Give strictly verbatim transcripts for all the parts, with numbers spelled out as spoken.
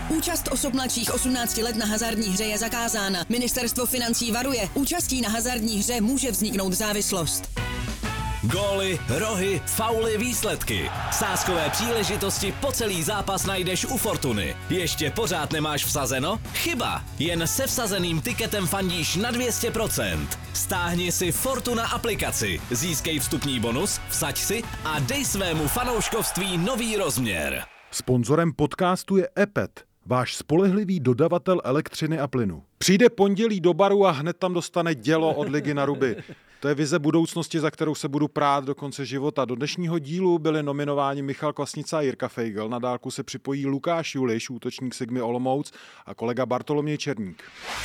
Účast osob mladších osmnácti let na hazardní hře je zakázána. Ministerstvo financí varuje, účastí na hazardní hře může vzniknout závislost. Góly, rohy, fauly, výsledky. Sázkové příležitosti po celý zápas najdeš u Fortuny. Ještě pořád nemáš vsazeno? Chyba! Jen se vsazeným tiketem fandíš na dvě stě procent. Stáhni si Fortuna aplikaci, získej vstupní bonus, vsaď si a dej svému fanouškovství nový rozměr. Sponzorem podcastu je Epet, váš spolehlivý dodavatel elektřiny a plynu. Přijde pondělí do baru a hned tam dostane dělo od Ligy na ruby. To je vize budoucnosti, za kterou se budu prát do konce života. Do dnešního dílu byli nominováni Michal Kvasnica a Jirka Feigl. Na dálku se připojí Lukáš Juliš, útočník Sigmy Olomouc, a kolega Bartoloměj Černík.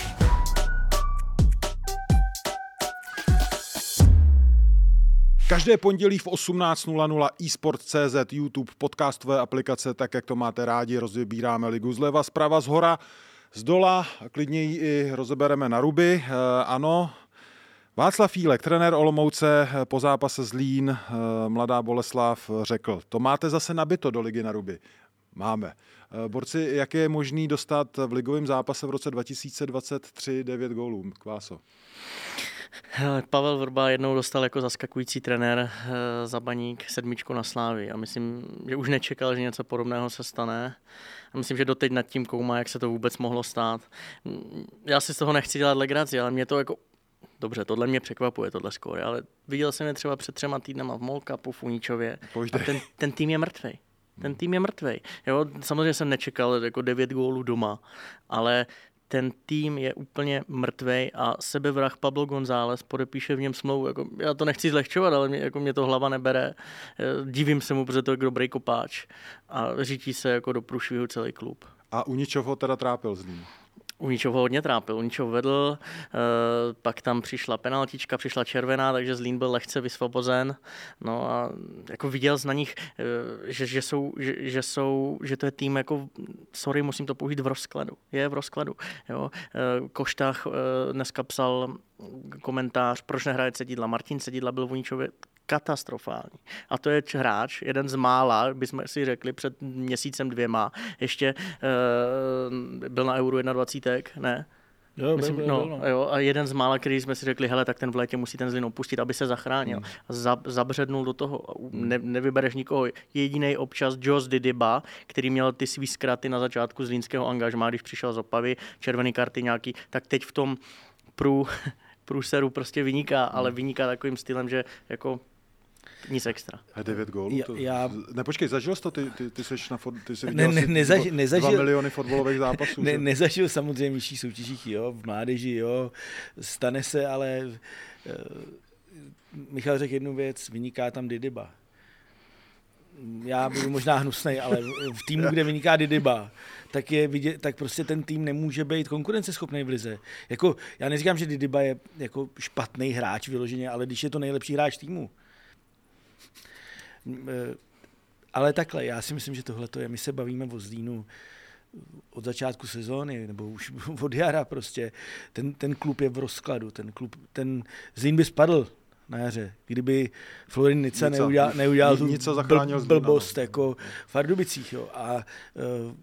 Každé pondělí v osmnáct nula nula eSport tečka cé zet, YouTube, podcastové aplikace, tak jak to máte rádi, rozebíráme ligu zleva, zprava, zhora, zdola, klidně ji i rozebereme na ruby. E, ano, Václav Jílek, trenér Olomouce, po zápase Zlín, Mladá Boleslav, řekl: to máte zase nabito do ligy na ruby. Máme. Borci, jak je možný dostat v ligovém zápase v roce dva tisíce dvacet tři devět gólů? Kváso. Pavel Vrba jednou dostal jako zaskakující trenér za Baník sedmičku na Slávii a myslím, že už nečekal, že něco podobného se stane. A myslím, že doteď nad tím koumá, jak se to vůbec mohlo stát. Já si z toho nechci dělat legraci, ale mě to jako... Dobře, tohle mě překvapuje, tohle skóre, ale viděl jsem je třeba před třema týdnama v Mall Cupu v Uničově a ten, ten tým je mrtvej. Ten tým je mrtvej. Jo, samozřejmě jsem nečekal jako devět gólů doma, ale ten tým je úplně mrtvej a sebevrah Pablo González podepíše v něm smlouvu. Jako, já to nechci zlehčovat, ale mě, jako mě to hlava nebere. Divím se mu, protože to je dobrý kopáč a řítí se jako do průšvihu celý klub. A Uničov ho teda trápil Zlín. Uničov ho hodně trápil, Uničov vedl, eh, pak tam přišla penaltička, přišla červená, takže Zlín byl lehce vysvobozen. No a jako viděl z na nich, eh, že, že, jsou, že, že jsou, že to je tým jako, sorry, musím to použít, v rozkladu. Je v rozkladu. Jo. Eh, Koštách eh, dneska psal komentář, proč nehraje Cedidla. Martin Cedidla byl v Uničově katastrofální. A to je hráč, jeden z mála, bychom si řekli před měsícem dvěma, ještě uh, byl na Euro dvacet jedna, ne? Jo, Myslím, byl, no, byl, no. Jo, a jeden z mála, který jsme si řekli, hele, tak ten v létě musí ten Zlín opustit, aby se zachránil. Hmm. A zab, zabřednul do toho. Ne, nevybereš nikoho. Jedinej občas Jos Didyba, který měl ty svý zkraty na začátku zlínského angažmá, když přišel z Opavy, červený karty nějaký, tak teď v tom prů, průseru prostě vyniká, hmm. ale vyniká takovým stylem, že jako nic extra. devět gólů? To... Já... Nepočkej, zažil jsi to? Ty, ty, ty seš na fot... ty jsi ne, viděl ne, nezaži, dva, nezažil... dva miliony fotbalových zápasů. Ne, nezažil samozřejmě v vyšších soutěžích, jo, v mládeži, jo, stane se, ale uh, Michal řekl jednu věc, vyniká tam Didyba. Já budu možná hnusnej, ale v týmu, kde vyniká Didyba, tak je vidět, tak prostě ten tým nemůže být konkurenceschopný v lize. Jako, já neříkám, že Didyba je jako špatný hráč vyloženě, ale když je to nejlepší hráč týmu. Ale takhle, já si myslím, že tohle je, my se bavíme o Zlínu od začátku sezóny, nebo už od jara prostě. Ten, ten klub je v rozkladu, ten klub, ten Zlín by spadl na jaře, kdyby Florin Nica neudělal, neudělal tu bl, blbost jako v Pardubicích. Jo. A uh,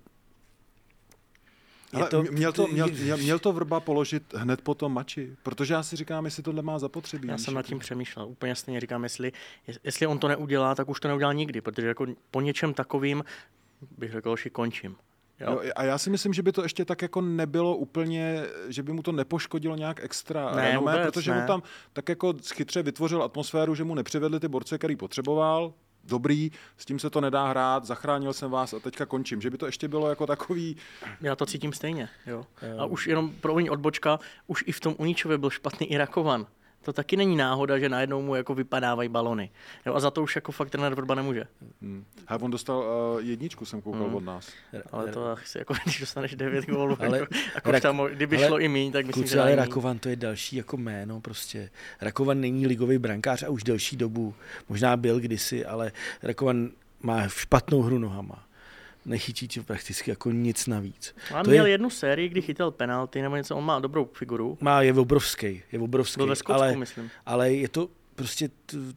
ale to, měl, to, měl, měl to Vrba položit hned po tom mači? Protože já si říkám, jestli tohle má zapotřebí. Já jsem nad tím přemýšlel. Úplně stejně říkám, jestli, jestli on to neudělá, tak už to neudělá nikdy, protože jako po něčem takovým bych řekl, že končím. Jo? Jo, a já si myslím, že by to ještě tak jako nebylo úplně, že by mu to nepoškodilo nějak extra ne, renomé, vůbec, protože ne. mu tam tak jako chytře vytvořil atmosféru, že mu nepřivedli ty borce, který potřeboval. Dobrý, s tím se to nedá hrát, zachránil jsem vás a teďka končím. Že by to ještě bylo jako takový... Já to cítím stejně, jo. A už jenom pro mě odbočka, už i v tom Uničově byl špatný i Rakovan. To taky není náhoda, že najednou mu jako vypadávají balony. Jo, a za to už jako fakt trenér Vrba nemůže. Hmm. A on dostal uh, jedničku, jsem koukal hmm. od nás. Ale to asi jako, když dostaneš devět gólů, ale, jako, jako rak, tam, kdyby ale, šlo i míň, tak myslím, kluci, že ale Rakovan to je další jako jméno prostě. Rakovan není ligový brankář a už delší dobu. Možná byl kdysi, ale Rakovan má špatnou hru nohama. Nechytí ti prakticky jako nic navíc. On to měl je, jednu sérii, kdy chytil penalty nebo něco, on má dobrou figuru. Má, je obrovský, je obrovský. Byl ve Skotsku, ale, myslím. Ale je to prostě, t,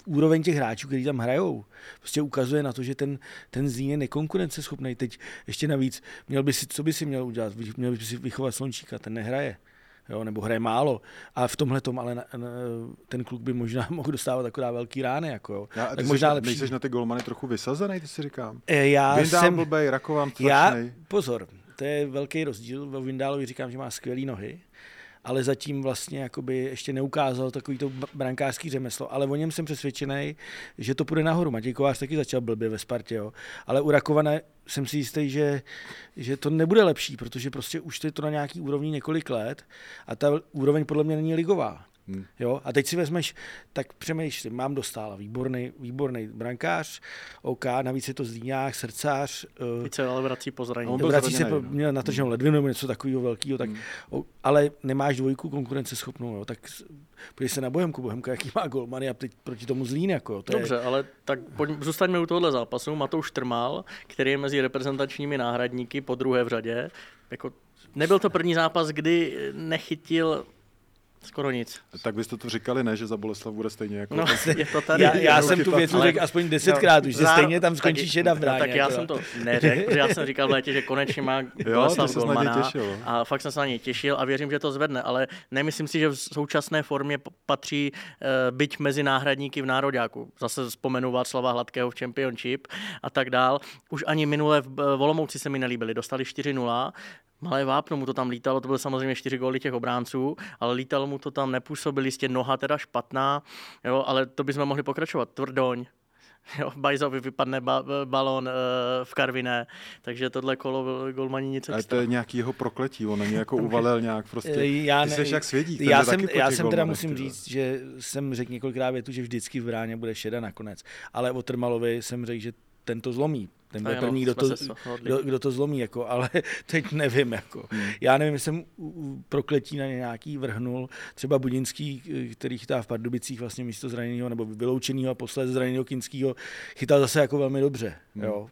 úroveň těch hráčů, kteří tam hrajou, prostě ukazuje na to, že ten, ten Zlín je nekonkurenceschopný. Teď ještě navíc, měl by si, co by si měl udělat? Měl by si vychovat Slončíka, ten nehraje. Jo, nebo hraje málo. A v tomhle tom ale na, na, ten kluk by možná mohl dostávat akorát velký rány. Jako, jo. Já, a ty tak možná jsi, lepší. nejseš na ty golmany trochu vysazený, ty si říkám. E, já Vindál jsem... blbej, Rakovan já, tlačnej. pozor, to je velký rozdíl. Ve Vindálovi říkám, že má skvělý nohy, ale zatím vlastně jakoby ještě neukázal takový to brankářský řemeslo, ale o něm jsem přesvědčený, že to půjde nahoru. Matěj Kovář taky začal blbě ve Spartě, jo. Ale u Rakovana jsem si jistý, že, že to nebude lepší, protože prostě už je to na nějaký úrovni několik let a ta úroveň podle mě není ligová. Hmm. Jo? A teď si vezmeš, tak přemýšlím, mám Dostála, výborný, výborný brankář, OK, navíc je to Zlíňák, srdcář. Teď se ale vrací po zranění. Vrací se, po, měl natrženou ledvinu nebo něco takového velkého, tak, hmm. o, ale nemáš dvojku konkurenceschopnou, jo? Tak podívej se na Bohemku, Bohemka, jaký má golmany a teď proti tomu Zlín. Jako, to Dobře, je... ale tak pojď, zůstaňme u tohohle zápasu. Matouš Trmal, který je mezi reprezentačními náhradníky po druhé v řadě. Jako, nebyl to první zápas, kdy nechytil skoro nic. Tak byste to říkali, ne, že za Boleslav bude stejně jako... No, je to tady. Já, já jsem tu věc ale... řekl aspoň desetkrát, už, že stejně tam skončí šeda v bráně. Tak já jako. jsem to neřekl, protože já jsem říkal v létě, že konečně má Boleslav golmana a fakt jsem se na něj těšil a věřím, že to zvedne, ale nemyslím si, že v současné formě patří uh, byť mezi náhradníky v nároďáku. Zase vzpomenu Václava Hladkého v Championship a tak dál. Už ani minule v Olomouci se mi nelíbili, dostali čtyři nula. Malé vápno mu to tam lítalo, to byly samozřejmě čtyři góly těch obránců, ale lítalo mu to tam, nepůsobili, jistě noha teda špatná, jo, ale to bychom mohli pokračovat. Tvrdoň, jo, Bajzovi vypadne ba- balón e, v Karviné, takže tohle kolo golmani nic extra. Ale to je nějaký jeho prokletí, on není jako uvalil nějak prostě, já ty ne, seš jak svědík. Já jsem, já jsem teda musím říct, že jsem řekl několikrát větu, že vždycky v bráně bude šeda nakonec, ale o Trmalovi jsem řekl, že ten to zlomí. Ten byl první, kdo to, kdo, kdo to zlomí, jako, ale teď nevím. Jako. Hmm. Já nevím, jestli jsem prokletí na nějaký vrhnul, třeba Budinský, který chytá v Pardubicích vlastně místo zraněného nebo vyloučeného a posledně zraněného Kinskýho, chytal zase jako velmi dobře. Hmm. Jo.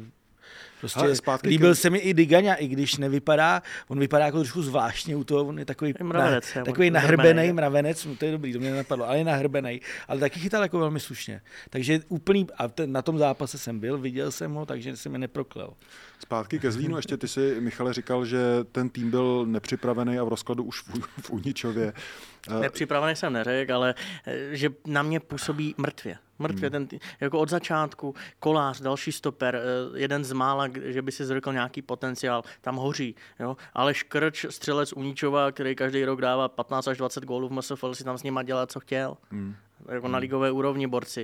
Prostě líbil se mi i Digaňa, i když nevypadá, on vypadá jako trošku zvláštně u toho, on je takový, mravenec, na, takový nahrbenej mravenec, no to je dobrý, to mě nenapadlo, ale je nahrbenej, ale taky chytal jako velmi slušně. Takže úplný, a ten, na tom zápase jsem byl, viděl jsem ho, takže jsem je neproklel. Zpátky ke Zlínu, ještě ty si, Michale, říkal, že ten tým byl nepřipravený a v rozkladu už v, v Uničově. Nepřipravený jsem neřekl, ale že na mě působí mrtvě. Mrtvě, hmm. ten, jako od začátku, Kolář, další stoper, jeden z mála, že by si zřekl nějaký potenciál, tam hoří. Jo? Ale Škrč, střelec Uničova, který každý rok dává patnáct až dvacet gólů v M S F L, si tam s nima dělá, co chtěl. Hmm. Jako hmm. na ligové úrovni borci.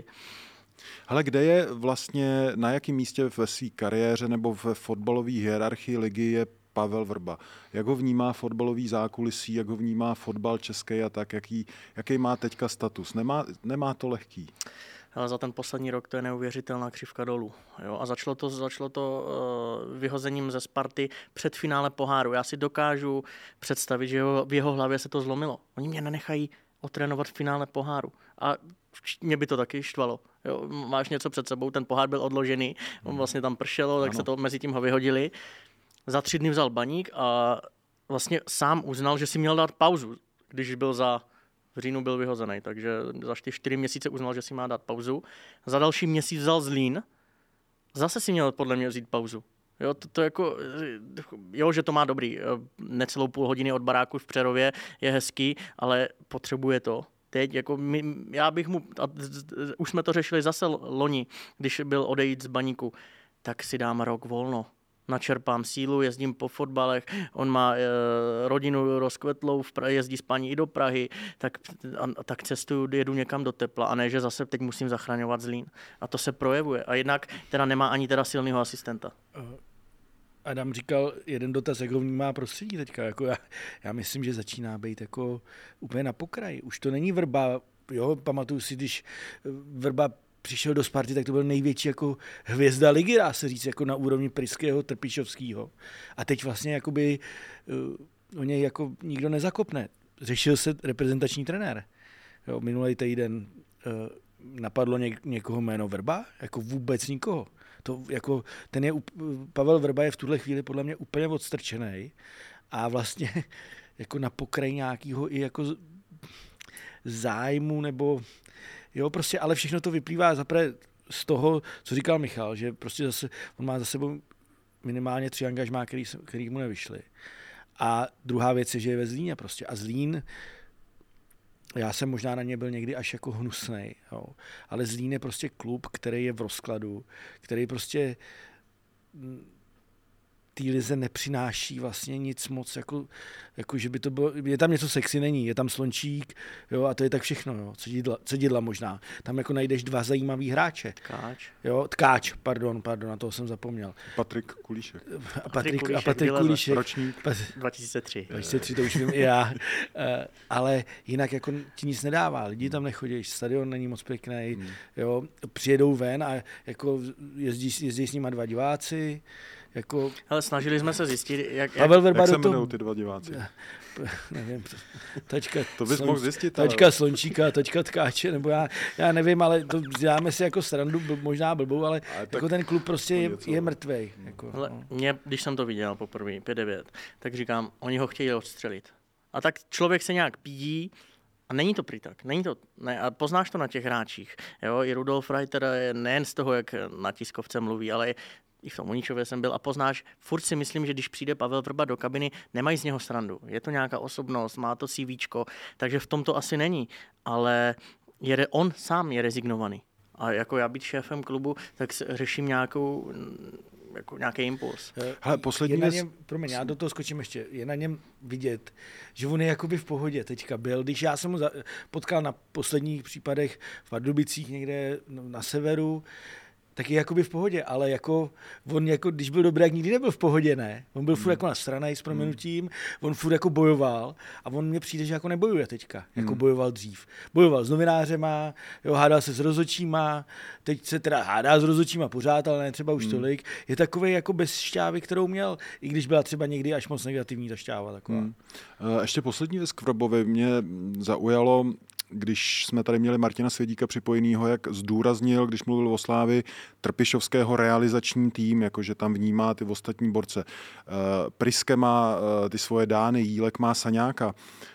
Ale kde je vlastně, na jakém místě ve své kariéře nebo ve fotbalové hierarchii ligy je Pavel Vrba? Jak ho vnímá fotbalový zákulisí, jak ho vnímá fotbal český a tak, jaký, jaký má teďka status? Nemá, nemá to lehký. Ale za ten poslední rok to je neuvěřitelná křivka dolů. Jo? A začalo to, začalo to uh, vyhozením ze Sparty před finále poháru. Já si dokážu představit, že jeho, v jeho hlavě se to zlomilo. Oni mě nenechají otrénovat v finále poháru. A mě by to taky štvalo. Jo? Máš něco před sebou, ten pohár byl odložený, on vlastně tam pršelo, tak ano. se to mezi tím ho vyhodili. Za tři dny vzal baník a vlastně sám uznal, že si měl dát pauzu, když byl za v říjnu byl vyhozený, takže za čtyři měsíce uznal, že si má dát pauzu. Za další měsíc vzal Zlín, zase si měl podle mě vzít pauzu. Jo, to, to jako, jo, že to má dobrý, necelou půl hodiny od baráku v Přerově je hezký, ale potřebuje to. Teď, jako my, já bych mu, a už jsme to řešili zase loni, když byl odejít z baníku, tak si dám rok volno. Načerpám sílu, jezdím po fotbalech, on má e, rodinu rozkvetlou, v Praze, jezdí s paní i do Prahy, tak, a, tak cestuju, jedu někam do tepla a ne, že zase teď musím zachraňovat Zlín. A to se projevuje. A jednak teda nemá ani teda silného asistenta. Adam říkal jeden dotaz, jak ho vnímá prostředí teďka. Jako já, já myslím, že začíná být jako úplně na pokraji. Už to není Vrba, jo, pamatuju si, když Vrba přišel do Sparty, tak to byl největší jako hvězda ligy, dá se říct, jako na úrovni Pryského, Trpišovského. A teď vlastně jakoby uh, o něj jako nikdo nezakopne. Řešil se reprezentační trenér. Jo, minulý týden uh, napadlo něk- někoho jméno Vrba? Jako vůbec nikoho. To jako, ten je, Pavel Vrba je v tuhle chvíli podle mě úplně odstrčený a vlastně jako na pokraji nějakého i jako zájmu nebo Jo, prostě, ale všechno to vyplývá zaprvé z toho, co říkal Michal, že prostě zase, on má za sebou minimálně tři angažmá, který, který mu nevyšly. A druhá věc je, že je ve Zlíně prostě. A Zlín, já jsem možná na ně byl někdy až jako hnusnej, jo. Ale Zlín je prostě klub, který je v rozkladu, který prostě té lize nepřináší vlastně nic moc, jako, jako že by to bylo, je tam něco sexy, není, je tam Slončík, jo, a to je tak všechno, jo, cedidla, cedidla možná, tam jako najdeš dva zajímavý hráče. Tkáč. Jo, Tkáč, pardon, pardon, na toho jsem zapomněl. Patrik Kulíšek. A Patrik, Kulíšek, a Patrik Kulíšek. Ročník. dva tisíce tři. dva tisíce tři, to už vím i já, ale jinak jako ti nic nedává, lidi tam nechodí, stadion není moc pěkný, hmm. jo, přijedou ven a jako jezdí, jezdí s nima dva diváci. Jako... Ale snažili jsme se zjistit, jak, jak, jak, jak se jmenují ty dva diváci. Nevím, tačka, to bys slon, mohl zjistit. Tačka ale... Slončíka, tačka Tkáče, nebo já, já nevím, ale to děláme si jako srandu, možná blbou, ale, ale jako ten klub prostě je, je mrtvej. Jako, hele, no. Mě, když jsem to viděl poprvé, pět devět, tak říkám, oni ho chtějí odstřelit. A tak člověk se nějak pídí, a není to prý tak, není to, ne, a poznáš to na těch hráčích. Jo, i Rudolf Reiter je nejen z toho, jak na tiskovce mluví, ale i v tom Uničově jsem byl a poznáš, furt si myslím, že když přijde Pavel Vrba do kabiny, nemají z něho srandu. Je to nějaká osobnost, má to CVčko, takže v tom to asi není, ale je, on sám je rezignovaný. A jako já být šéfem klubu, tak řeším nějakou, jako nějaký impuls. Hele, poslední je na věc... něm, promiň, já do toho skočím ještě, je na něm vidět, že on je jakoby v pohodě teďka byl. Když já jsem mu za, potkal na posledních případech v Pardubicích někde na severu, tak je jakoby v pohodě, ale jako on jako, když byl dobrý, jak nikdy nebyl v pohodě, ne? On byl hmm. furt jako nasranej s proměnutím, hmm. on furt jako bojoval a on mně přijde, že jako nebojuje teďka, jako hmm. bojoval dřív. Bojoval s novinářema, jo, hádal se s rozhodčíma, teď se teda hádá s rozhodčíma pořád, ale ne třeba už hmm. tolik. Je takovej jako bez šťávy, kterou měl, i když byla třeba někdy až moc negativní ta šťáva taková. Hmm. Ještě poslední věc k Vrbovi mě zaujalo, když jsme tady měli Martina Svědíka připojenýho, jak zdůraznil, když mluvil o Slávii, Trpišovského realizační tým, jakože tam vnímá ty ostatní borce. Priske má ty svoje dány, Jílek má Saňáka.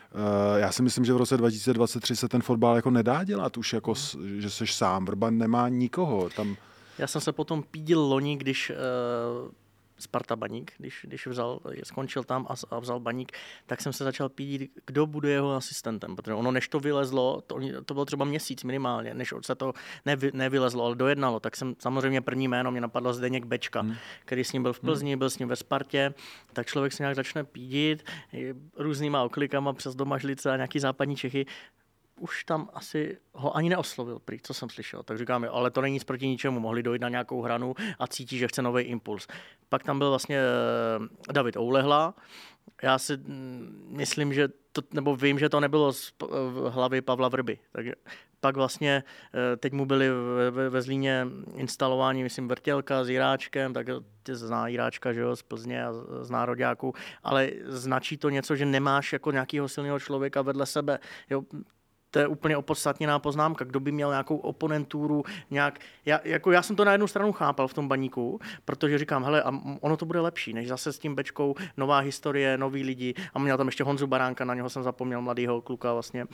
Já si myslím, že v roce dva tisíce dvacet tři se ten fotbal jako nedá dělat už, jako, že seš sám. Vrba nemá nikoho. Tam... Já jsem se potom pídil loni, když... Uh... Sparta Baník, když, když vzal, skončil tam a, a vzal Baník, tak jsem se začal pídit, kdo bude jeho asistentem, protože ono, než to vylezlo, to, to bylo třeba měsíc minimálně, než se to nevy, nevylezlo, ale dojednalo, tak jsem samozřejmě první jméno, mě napadlo Zdeněk Bečka, hmm. který s ním byl v Plzni, byl s ním ve Spartě, tak člověk se nějak začne pídit různýma oklikama přes Domažlice a nějaký západní Čechy, už tam asi ho ani neoslovil, prý, co jsem slyšel. Tak říkám, ale to není nic proti ničemu, mohli dojít na nějakou hranu a cítí, že chce nový impuls. Pak tam byl vlastně David Oulehla. Já si myslím, že to, nebo vím, že to nebylo z hlavy Pavla Vrby. Tak pak vlastně teď mu byli ve, ve Zlíně instalováni, myslím, Vrtělka s Jiráčkem, tak tě zná Jiráčka, že jo, z Plzně a z nároďáků, ale značí to něco, že nemáš jako nějakého silného člověka vedle sebe, jo. To je úplně opodstatněná poznámka, kdo by měl nějakou oponenturu, nějak, já, jako já jsem to na jednu stranu chápal v tom Baníku, protože říkám, hele, a ono to bude lepší, než zase s tím Bečkou, nová historie, noví lidi, a měl tam ještě Honzu Baránka, na něho jsem zapomněl, mladýho kluka vlastně.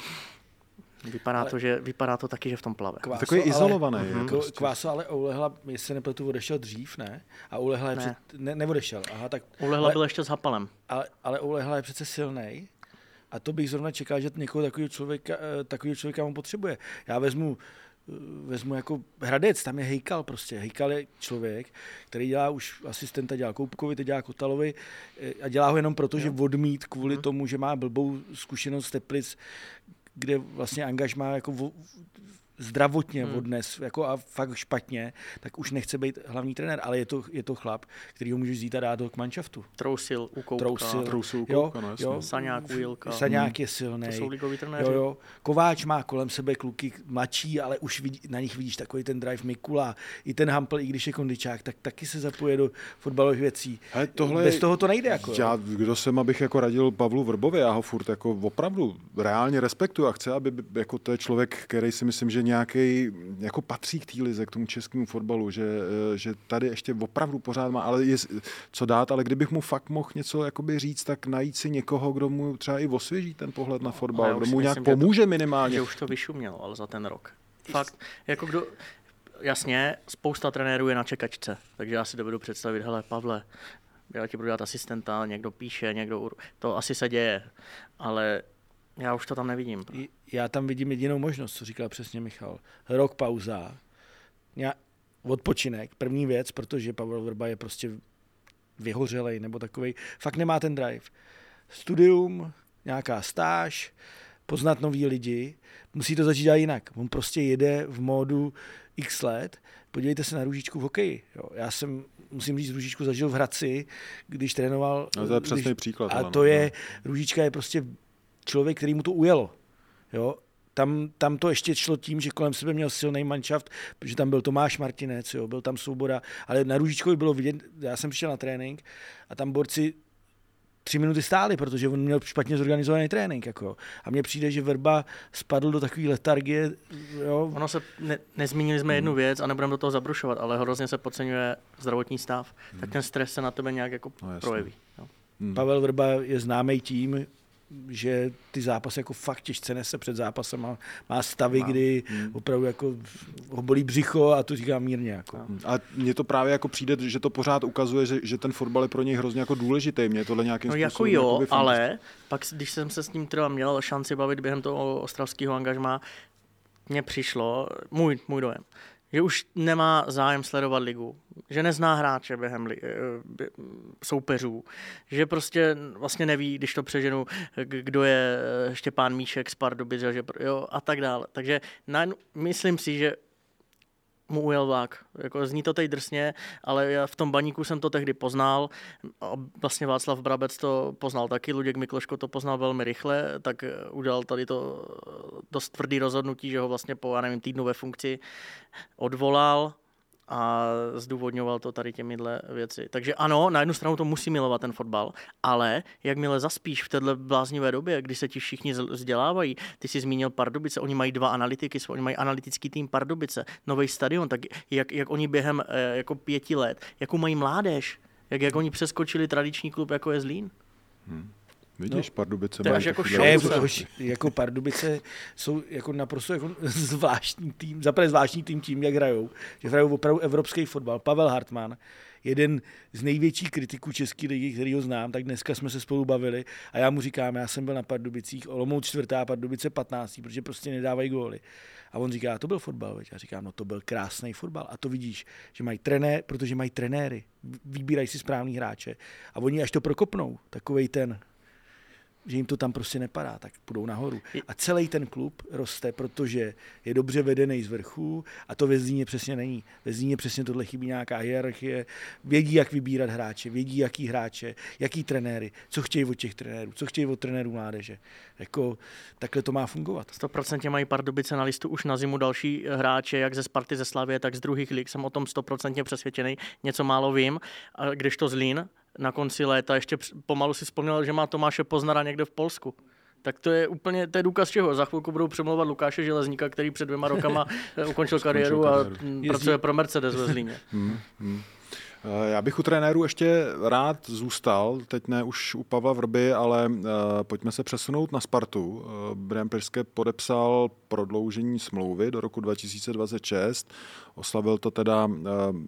Vypadá ale, to, že, vypadá to taky, že v tom plave. Kváso, takový izolovaný. Ale, prostě. Kváso ale Oulehla, jestli nepletu, odešel dřív, ne? A Oulehla je ne. před, ne, neodešel. Aha, tak, Oulehla ale, byl ještě s Hapalem. Ale, ale Oulehla je přece silnej. A to bych zrovna čekal, že někoho takového člověka, takového člověka on potřebuje. Já vezmu, vezmu jako Hradec, tam je Hejkal prostě. Hejkal je člověk, který dělá už asistenta, dělá Koupkovi, teď dělá Kotalovi a dělá ho jenom proto, jo. že odmít kvůli hmm. tomu, že má blbou zkušenost z Teplic, kde vlastně angažmá jako v, zdravotně hmm. odnes jako a fakt špatně, tak už nechce být hlavní trenér, ale je to, je to chlap, který ho můžeš vzít a dát do k manšaftu. Trousil u Koupka. Trousil, Trousil u Koupka, no jasně. Saňák u Jilka. Saňák hmm. je silnej. To jsou ligoví trenéři. Jo, jo. Kováč má kolem sebe kluky mladší, ale už vidí, na nich vidíš takový ten drive Mikula. I ten Hampl, i když je kondičák, tak taky se zapoje do fotbalových věcí. Hele, tohle Bez toho to nejde. Jako, já, kdo jsem, abych jako radil Pavlu Vrbovi, já ho furt jako opravdu reálně respektuju a chci, aby jako to je člověk, který si myslím, že nějaký jako patří k té lize, k tomu českému fotbalu, že, že tady ještě opravdu pořád má, ale je co dát, ale kdybych mu fakt mohl něco jakoby říct, tak najít si někoho, kdo mu třeba i osvěží ten pohled na fotbal, kdo mu nějak pomůže to, minimálně. Že už to vyšumělo, ale za ten rok. fakt, jako kdo, jasně, spousta trenérů je na čekačce, takže já si dovedu představit, hele Pavle, já ti budu dělat asistenta, někdo píše, někdo, to asi se děje, ale já už to tam nevidím. Já tam vidím jedinou možnost, co říkal přesně Michal. Rok pauza, odpočinek, první věc, protože Pavel Vrba je prostě vyhořelej nebo takovej, fakt nemá ten drive. Studium, nějaká stáž, poznat nový lidi, musí to začít dělat jinak. On prostě jede v módu x let. Podívejte se na Růžičku v hokeji. Jo. Já jsem, musím říct, Růžičku zažil v Hradci, když trénoval. No, to je přesný příklad. A to je, Růžička je prostě člověk, který mu to ujelo. Jo. Tam, tam to ještě šlo tím, že kolem sebe měl silný manšaft, protože tam byl Tomáš Martinec, jo, byl tam Svoboda, ale na Růžičkovi bylo vidět, já jsem přišel na trénink a tam borci tři minuty stáli, protože on měl špatně zorganizovaný trénink. Jako. A mně přijde, že Vrba spadl do takové letargie. Jo. Ono se, ne, nezmínili jsme jednu věc a nebudeme do toho zabrušovat, ale hrozně se podceňuje zdravotní stav. Hmm. Tak ten stres se na tebe nějak jako no, projeví. Jo. Hmm. Pavel Vrba je známý tím, že ty zápasy jako fakt těžce nese před zápasem a má stavy, no. kdy hmm. opravdu jako ho bolí břicho a to říkám mírně. Jako. No. A mně to právě jako přijde, že to pořád ukazuje, že, že ten fotbal je pro něj hrozně jako důležitý. Mě tohle nějakým no způsobem... jako jo, ale pak, když jsem se s ním třeba měl šanci bavit během toho ostravského angažmá, mně přišlo, můj, můj dojem, že už nemá zájem sledovat ligu, že nezná hráče během li, soupeřů, že prostě vlastně neví, když to přeženu, kdo je Štěpán Míšek z Pardubic, že jo, a tak dále. Takže na, myslím si, že mu ujel vlak. Jako zní to teď drsně, ale já v tom Baníku jsem to tehdy poznal. A vlastně Václav Brabec to poznal taky, Luděk Mikloško to poznal velmi rychle, tak udělal tady to dost tvrdý rozhodnutí, že ho vlastně po, já nevím, týdnu ve funkci odvolal a zdůvodňoval to tady těmihle věci. Takže ano, na jednu stranu to musí milovat ten fotbal, ale jakmile zaspíš v této bláznivé době, kdy se ti všichni vzdělávají, ty jsi zmínil Pardubice, oni mají dva analytiky, oni mají analytický tým Pardubice, nový stadion, tak jak, jak oni během jako pěti let, jakou mají mládež, jak, jak oni přeskočili tradiční klub, jako je Zlín. Hmm. Vidíš, no, Pardubice mají jako, jako Pardubice jsou jako naprosto jako zvláštní tým, zaprvé zvláštní tým tím, jak hrajou, že hrajou opravdu evropský fotbal. Pavel Hartmann, jeden z největších kritiků české ligy, který ho znám, tak dneska jsme se spolu bavili a já mu říkám, já jsem byl na Pardubicích, Olomouc čtvrtá, Pardubice patnáctá, protože prostě nedávají góly. A on říká, to byl fotbal, veď. Já říkám, no to byl krásný fotbal. A to vidíš, že mají trenér, protože mají trenéry, vybírají si správný hráče a oni až to prokopnou, takovej ten, že jim to tam prostě nepadá, tak půjdou nahoru. A celý ten klub roste, protože je dobře vedený z vrchu a to ve Zlíně přesně není. Ve Zlíně přesně tohle chybí nějaká hierarchie, vědí, jak vybírat hráče, vědí, jaký hráče, jaký trenéry, co chtějí od těch trenérů, co chtějí od trenérů mládeže. Jako, takhle to má fungovat. sto procent mají Pardubice na listu už na zimu další hráče, jak ze Sparty, ze Slavie, tak z druhých lig. Jsem o tom sto procent přesvědčený, něco málo vím. A když to Zlín na konci léta ještě pomalu si vzpomněl, že má Tomáše Poznara někde v Polsku. Tak to je úplně, to je důkaz čeho. Za chvilku budou přemlouvat Lukáše Železníka, který před dvěma rokama ukončil kariéru a Jezdí. pracuje pro Mercedes ve Zlíně. Hmm, hmm. Já bych u trenérů ještě rád zůstal, teď ne už u Pavla Vrby, ale uh, pojďme se přesunout na Spartu. Uh, Brian Priske podepsal prodloužení smlouvy do roku dva tisíce dvacet šest. Oslavil to teda uh,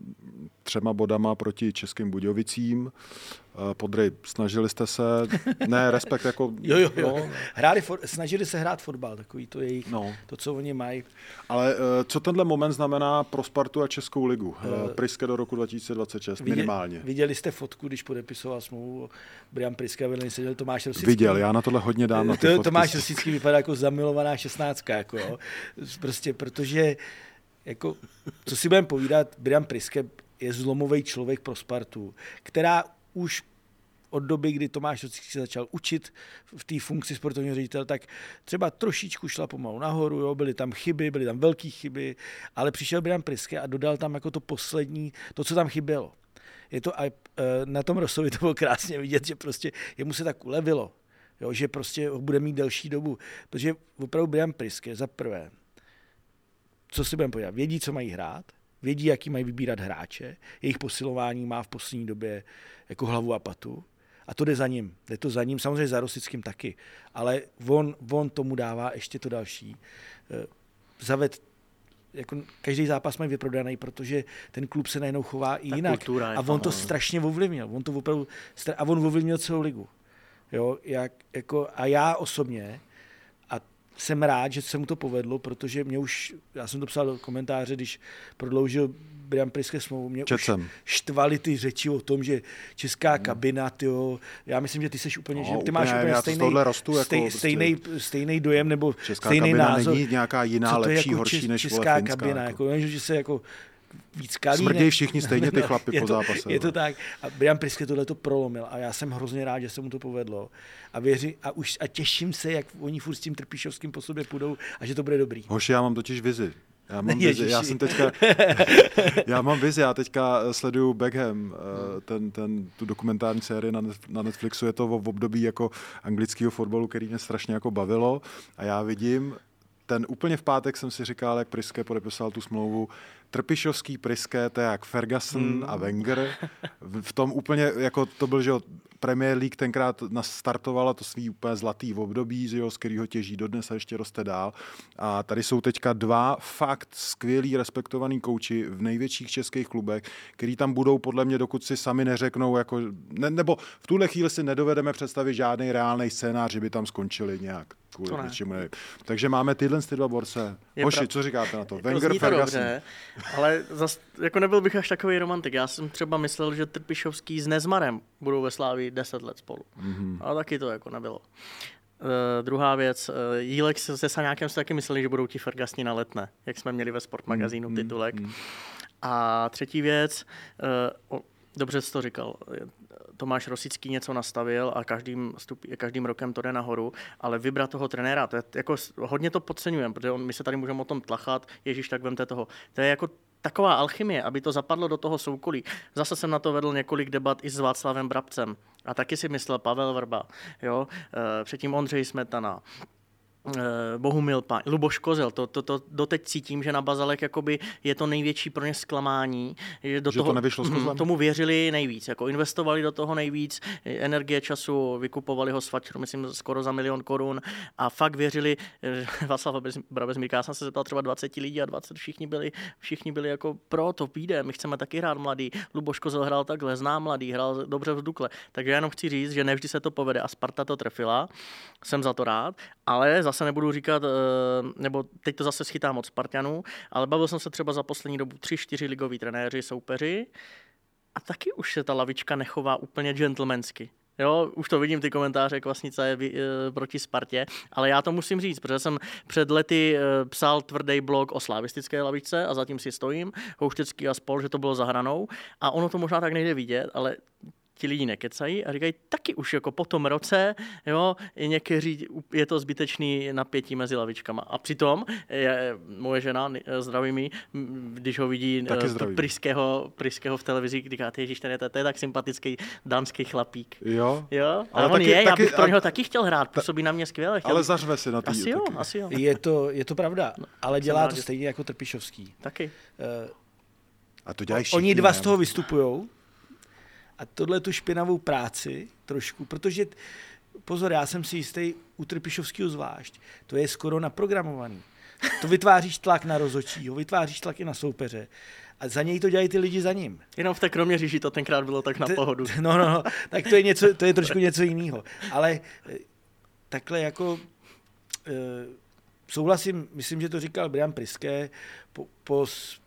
třema bodama proti Českým Budějovicím. Uh, Podry, snažili jste se, ne, respekt jako... Jo, jo, jo. No. Hráli for, snažili se hrát fotbal, takový to jejich, no. to, co oni mají. Ale uh, co tenhle moment znamená pro Spartu a Českou ligu? Uh, Priske do roku dva tisíce dvacet šest minimálně. Viděli, viděli jste fotku, když podepisoval smlouvu Brian Priske a vedle seděl Tomáš Rosický? Viděl, já na tohle hodně dám na ty to, fotky. Tomáš Rosický vypadá jako zamilovaná šestnáctka, jako jo. Prostě protože, jako, co si budeme povídat, Brian Priske je zlomový člověk pro Spartu, která už od doby, kdy Tomáš Rosický se začal učit v té funkci sportovního ředitele, tak třeba trošičku šla pomalu nahoru, jo, byly tam chyby, byly tam velké chyby, ale přišel Brian Priske a dodal tam jako to poslední, to, co tam chybělo. Je to, a na tom Rosovi to bylo krásně vidět, že prostě jemu se tak ulevilo, jo, že prostě ho bude mít delší dobu, protože opravdu Brian Priske za prvé, co si budeme povídat, vědí, co mají hrát, vědí, jaký mají vybírat hráče, jejich posilování má v poslední době jako hlavu a patu. A to jde za ním. Jde to za ním, samozřejmě za Rosickým taky. Ale on, on tomu dává ještě to další. Zaved jako každý zápas mají vyprodaný, protože ten klub se najednou chová i jinak. A on to strašně ovlivnil. On to opravdu, a on ovlivnil celou ligu. Jo, jak, jako, a já osobně, a jsem rád, že se mu to povedlo, protože mě už, já jsem to psal do komentáře, když prodloužil Brian Priske smlouvu, mě Čecem. už štvaly ty řeči o tom, že česká kabina, tyjo, já myslím, že ty seš úplně, no, že ty úplně, máš úplně stejný, rostu, jako stej, prostě stejný, stejný dojem, nebo česká stejný názor. Není nějaká jiná, lepší, jako horší než česká finská, kabina, jako, jako, že se jako víc kalí. Smrdějí všichni stejně ty chlapy no, po zápase. Je to, je to tak. A Brian Priske tohle to prolomil a já jsem hrozně rád, že se mu to povedlo. A věřím a už a těším se, jak oni furt s tím Trpišovským po sobě půjdou a že to bude dobrý. Hoši, já mám totiž vizi. Já mám vizi, já jsem teďka, já mám vizi, já teďka sleduju Beckham, ten, ten, tu dokumentární sérii na, na Netflixu, je to v období jako anglického fotbalu, který mě strašně jako bavilo a já vidím, ten úplně v pátek jsem si říkal, jak Priske podepisal tu smlouvu, Trpišovský, Priske, to je jak Ferguson hmm. a Wenger. V tom úplně, jako to byl, že Premier League tenkrát nastartovala to svý úplně zlatý období, že jo, z kterého těží dodnes a ještě roste dál. A tady jsou teďka dva fakt skvělí, respektovaný kouči v největších českých klubech, který tam budou podle mě, dokud si sami neřeknou, jako, ne, nebo v tuhle chvíli si nedovedeme představit žádný reálný scénář, že by tam skončili nějak. Takže máme tyhle ty dva borce. Hoši, co říkáte na to? Wenger, Ferguson. Dobře, ale zas, jako nebyl bych až takový romantik. Já jsem třeba myslel, že Trpišovský s Nezmarem budou ve Slávii deset let spolu. Mm-hmm. A taky to jako nebylo. Uh, druhá věc, uh, Jílek se, se Saňákem se taky mysleli, že budou ti Fergasni na Letné, jak jsme měli ve Sportmagazínu mm-hmm. titulek. Mm-hmm. A třetí věc, uh, o, dobře jsi to říkal, Tomáš Rosický něco nastavil a každým, stup, každým rokem to jde nahoru, ale vybrat toho trenéra, to je jako, hodně to podceňujeme, protože on, my se tady můžeme o tom tlachat, ježíš, tak vemte toho. To je jako taková alchymie, aby to zapadlo do toho soukolí. Zase jsem na to vedl několik debat i s Václavem Brabcem a taky si myslel Pavel Vrba, jo? E, předtím Ondřej Smetana, Bohumil Páň, Luboš Kozel, to, to, to doteď cítím, že na Bazalek jakoby je to největší pro ně zklamání, že, do že toho, to nevyšlo s Kozlem? Tomu věřili nejvíc, jako investovali do toho nejvíc, energie času, vykupovali ho s Fačru, myslím, skoro za milion korun a fakt věřili, Václav Brabec mi říká, já jsem se zeptal třeba dvacet lidí a dvacet všichni byli, všichni byli jako pro, to půjde, my chceme taky hrát mladý, Luboš Kozel hrál takhle, zná mladý, hrál dobře v Dukle, takže já jenom chci říct, že nevždy se to povede a Sparta to trefila, jsem za to rád, ale zase nebudu říkat, nebo teď to zase schytám od Spartanů, ale bavil jsem se třeba za poslední dobu tři, čtyři ligoví trenéři, soupeři a taky už se ta lavička nechová úplně gentlemansky. Jo, už to vidím, ty komentáře Kvasnice je proti Spartě, ale já to musím říct, protože jsem před lety psal tvrdý blog o slavistické lavičce a zatím si stojím, Houštecký a spol, že to bylo za hranou a ono to možná tak nejde vidět, ale ti lidi nekecají a říkají taky už jako po tom roce, jo, někteří je to zbytečný napětí mezi lavičkama. A přitom je moje žena, zdraví mi, když ho vidí Priského, Priského v televizi, říká, ježiš, ten je, to je tak sympatický dámský chlapík. Jo. Jo, ale on taky, je, taky, já bych pro něho taky chtěl hrát, působí na mě skvěle. Ale zařve si na tý. Asi jo, asi jo. Je to, je to pravda, no, ale dělá to stejně jako Trpišovský. Taky. Uh, a to dělají všichni. Oni dva z toho vystupujou. A tohle tu špinavou práci trošku, protože, pozor, já jsem si jistý, u Trpišovského zvlášť, to je skoro naprogramovaný. To vytváříš tlak na rozhodčího, vytváříš tlak i na soupeře. A za něj to dělají ty lidi za ním. Jenom v té Kroměříži to tenkrát bylo tak na pohodu. No, no, no, tak to je, něco, to je trošku něco jiného. Ale takhle jako e, souhlasím, myslím, že to říkal Brian Priske po, po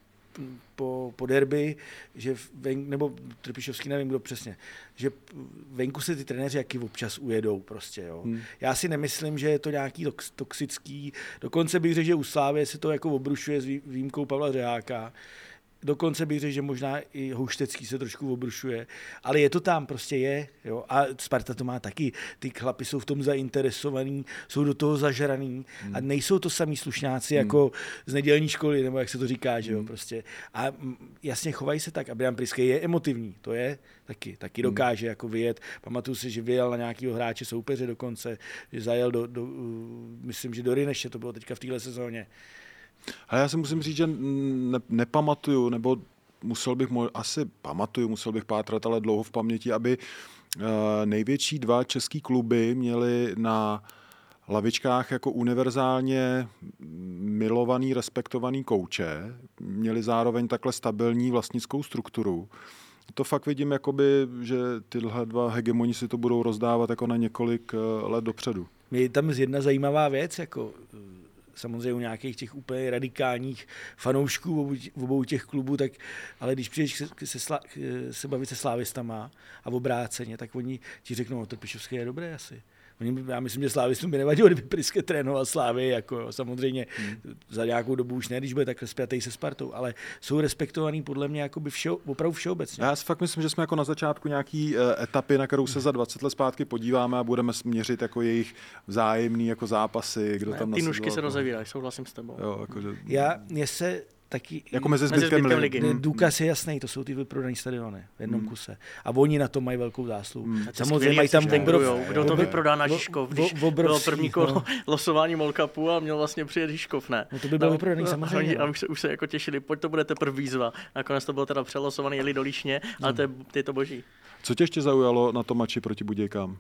Po, po derby, že ven, nebo Trpišovský, nevím kdo přesně, že venku se ty trenéři jaký občas ujedou prostě, jo. Hmm. Já si nemyslím, že je to nějaký toxický, dokonce bych řekl, že u Slávie se to jako obrušuje s výjimkou Pavla Řeháka, dokonce bych řekl, že možná i Houštecký se trošku obrušuje, ale je to tam, prostě je, jo. A Sparta to má taky, ty chlapi jsou v tom zainteresovaný, jsou do toho zažraný hmm. a nejsou to samý slušňáci hmm. jako z nedělní školy, nebo jak se to říká, že jo, hmm. prostě. A jasně chovají se tak a Brian Priske je emotivní, to je taky, taky hmm. dokáže jako vyjet. Pamatuju si, že vyjel na nějakého hráče soupeře dokonce, že zajel do, do myslím, že do Ryneše, to bylo teďka v téhle sezóně. Ale já si musím říct, že ne, nepamatuju, nebo musel bych, asi pamatuju, musel bych pátrat, ale dlouho v paměti, aby uh, největší dva český kluby měli na lavičkách jako univerzálně milovaný, respektovaný kouče, měli zároveň takhle stabilní vlastnickou strukturu. To fakt vidím, jakoby, že tyhle dva hegemoni si to budou rozdávat jako na několik let dopředu. Je tam jedna zajímavá věc, jako samozřejmě u nějakých těch úplně radikálních fanoušků obou, obou těch klubů, tak, ale když přijdeš se, se, se bavit se slávistama a v obráceně, tak oni ti řeknou, no, Trpišovský je dobrý asi. Oni, já myslím, že slávistům by nevadilo, kdyby Priske trénoval Slávy, jako jo, samozřejmě hmm. za nějakou dobu už ne, když bude takhle spjatý se Spartou, ale jsou respektovaný podle mě jakoby všeho, opravdu všeobecně. Já si fakt myslím, že jsme jako na začátku nějaký etapy, na kterou se za dvacet let zpátky podíváme a budeme směřit jako jejich vzájemný jako zápasy, kdo ne, tam ty nůžky jako... se rozevírají, souhlasím s tebou. Jo, jako, že... Já, mě se taky... Jako mezi zbytkem, mezi zbytkem ligy. ligy. Důkaz je jasný, to jsou ty vyprodané stadiony v jednom hmm. kuse. A oni na to mají velkou zásluhu. Hmm. Samozřejmě mají tam obrov... Kdo to vyprodá na Žižkov, když bylo první kolo no. losování Mall Cupu a měl vlastně přijet Žižkov, ne? No to by bylo no, vyprodaný samozřejmě. A už se, už se jako těšili, pojď to bude teprve výzva. Nakonec to bylo teda přelosovaný, jeli do Líšně, ale hmm. to, je, to je to boží. Co tě ještě zaujalo na tom mači proti Budějkám?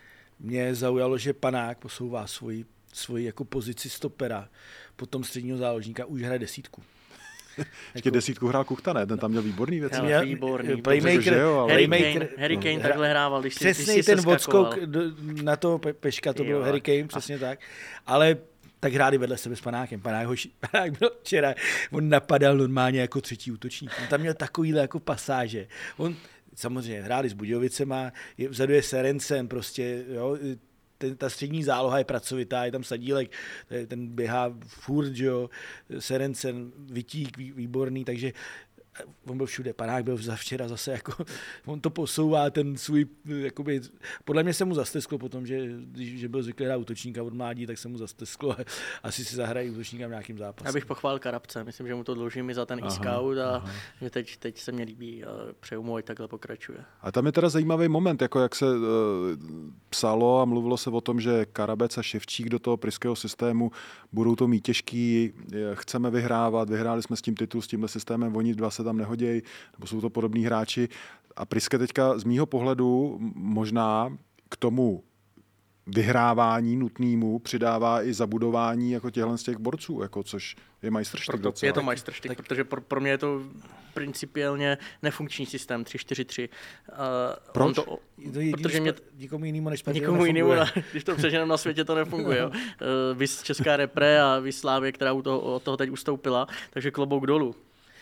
Mě zaujalo, že Panák posouvá svoji, svoji jako pozici stopera, potom středního záložníka už hraje desítku. Ještě jako... desítku hrál Kuchta, ne? Ten tam měl výborný věc. Měl výborný. Playmaker, jo, ale... Harry, playmaker, Kane, Harry Kane no. takhle hrával, když si, přesně když si ten odskok na to Peška, to byl Harry Kane, přesně a... tak. Ale tak hráli vedle sebe s Panákem. Panák, ho, Panák byl včera, on napadal normálně jako třetí útočník. On tam měl takovýhle jako pasáže. On samozřejmě hráli s Budějovicema, je, vzadu je Serencen, prostě, jo, ten, ta střední záloha je pracovitá, je tam Sadílek, ten běhá furt, jo, Serencen, Vitík, výborný, takže on byl všude, Panák byl za včera zase jako, on to posouvá ten svůj, jakoby, podle mě se mu zastesklo potom, že, že byl zvyklý hrát útočníka od mládí, tak se mu zastesklo a asi si zahrají útočníka v nějakým zápase. Já bych pochválil Karabce, myslím, že mu to dlužím i za ten e-scout a aha. že teď, teď se mě líbí a přeju mu, ať takhle pokračuje. A tam je teda zajímavý moment, jako jak se uh, psalo a mluvilo se o tom, že Karabec a Ševčík do toho pryského systému budou to mít těžký, chceme vyhrávat, vyhráli jsme s tím titul, s tímhle systémem, oni dva se tam nehodějí, nebo jsou to podobní hráči. A Priske teďka z mýho pohledu možná k tomu vyhrávání nutnému přidává i zabudování jako těchhle z těch borců, jako, což je majstrštyk docela. Je to majstrštyk, protože pro, pro mě je to principiálně nefunkční systém tři čtyři tři. Uh, Proč? To, to protože mě, nikomu jinému než nikomu jinému, když to přeženem na světě, to nefunguje. Uh, vys Česká repre a vys Slávě, která u toho, od toho teď ustoupila, takže klobouk dolů.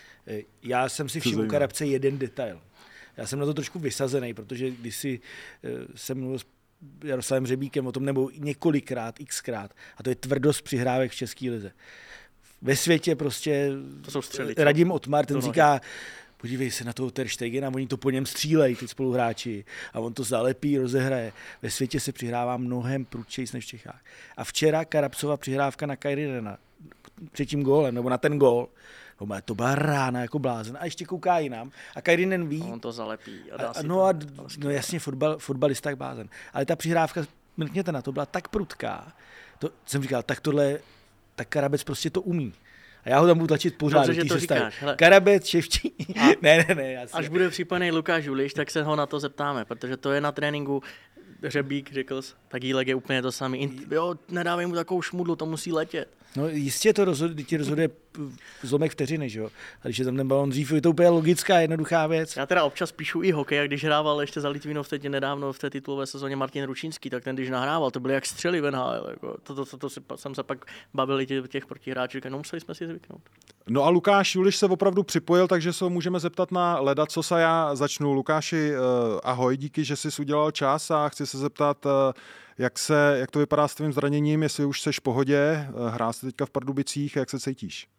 Já jsem si všiml u Karabce jeden detail. Já jsem na to trošku vysazený, protože když si jsem mluvil s Jaroslavem Řebíkem o tom, nebo několikrát, xkrát, a to je tvrdost přihrávek v české lize. Ve světě prostě to jsou střely, Radim Otmar, ten říká, podívej se na toho Ter Stegena, oni to po něm střílejí, ty spoluhráči, a on to zalepí, rozehraje. Ve světě se přihrává mnohem prudčejc než v Čechách. A včera Karabcova přihrávka na Kairinena, před tím gólem, nebo na ten gól, to byla rána jako blázen a ještě kouká jinam a Kairinen ví. On to zalepí. A dá a, si no, to, a, no jasně, fotbal, fotbalista jak blázen. Ale ta přihrávka, mrkněte na to, byla tak prudká. To jsem říkal, tak tohle, tak Karabec prostě to umí. A já ho tam budu tlačit pořád. Dobře, že to říkáš. Karabec, Ševčík. ne, ne, ne. Jasně. Až bude připojený Lukáš Juliš, tak se ho na to zeptáme, protože to je na tréninku. Řebík řekl, tak Jílek je úplně to samý. Jo, nedávej mu takovou šmudlu, to musí letět. No jistě to rozhoduje, ti rozhoduje zlomek vteřiny, že jo? A když je tam ten balon dřív, je to úplně logická, jednoduchá věc. Já teda občas píšu i hokej, a když hrával ještě za Litvínov teď nedávno v té titulové sezóně Martin Ručínský, tak ten když nahrával, to byly jak střely v N H L. Jako. To, to, to, to si, jsem se pak bavil i těch, těch protihráčů, no museli jsme si zvyknout. No a Lukáš Juliš se opravdu připojil, takže se ho můžeme zeptat na ledacosa. Já začnu. Lukáši, ahoj, díky, že jsi udělal čas a chci se zeptat, jak, se, jak to vypadá s tvým zraněním, jestli už seš v pohodě, hrál jsi teďka v Pardubicích, jak se cítíš?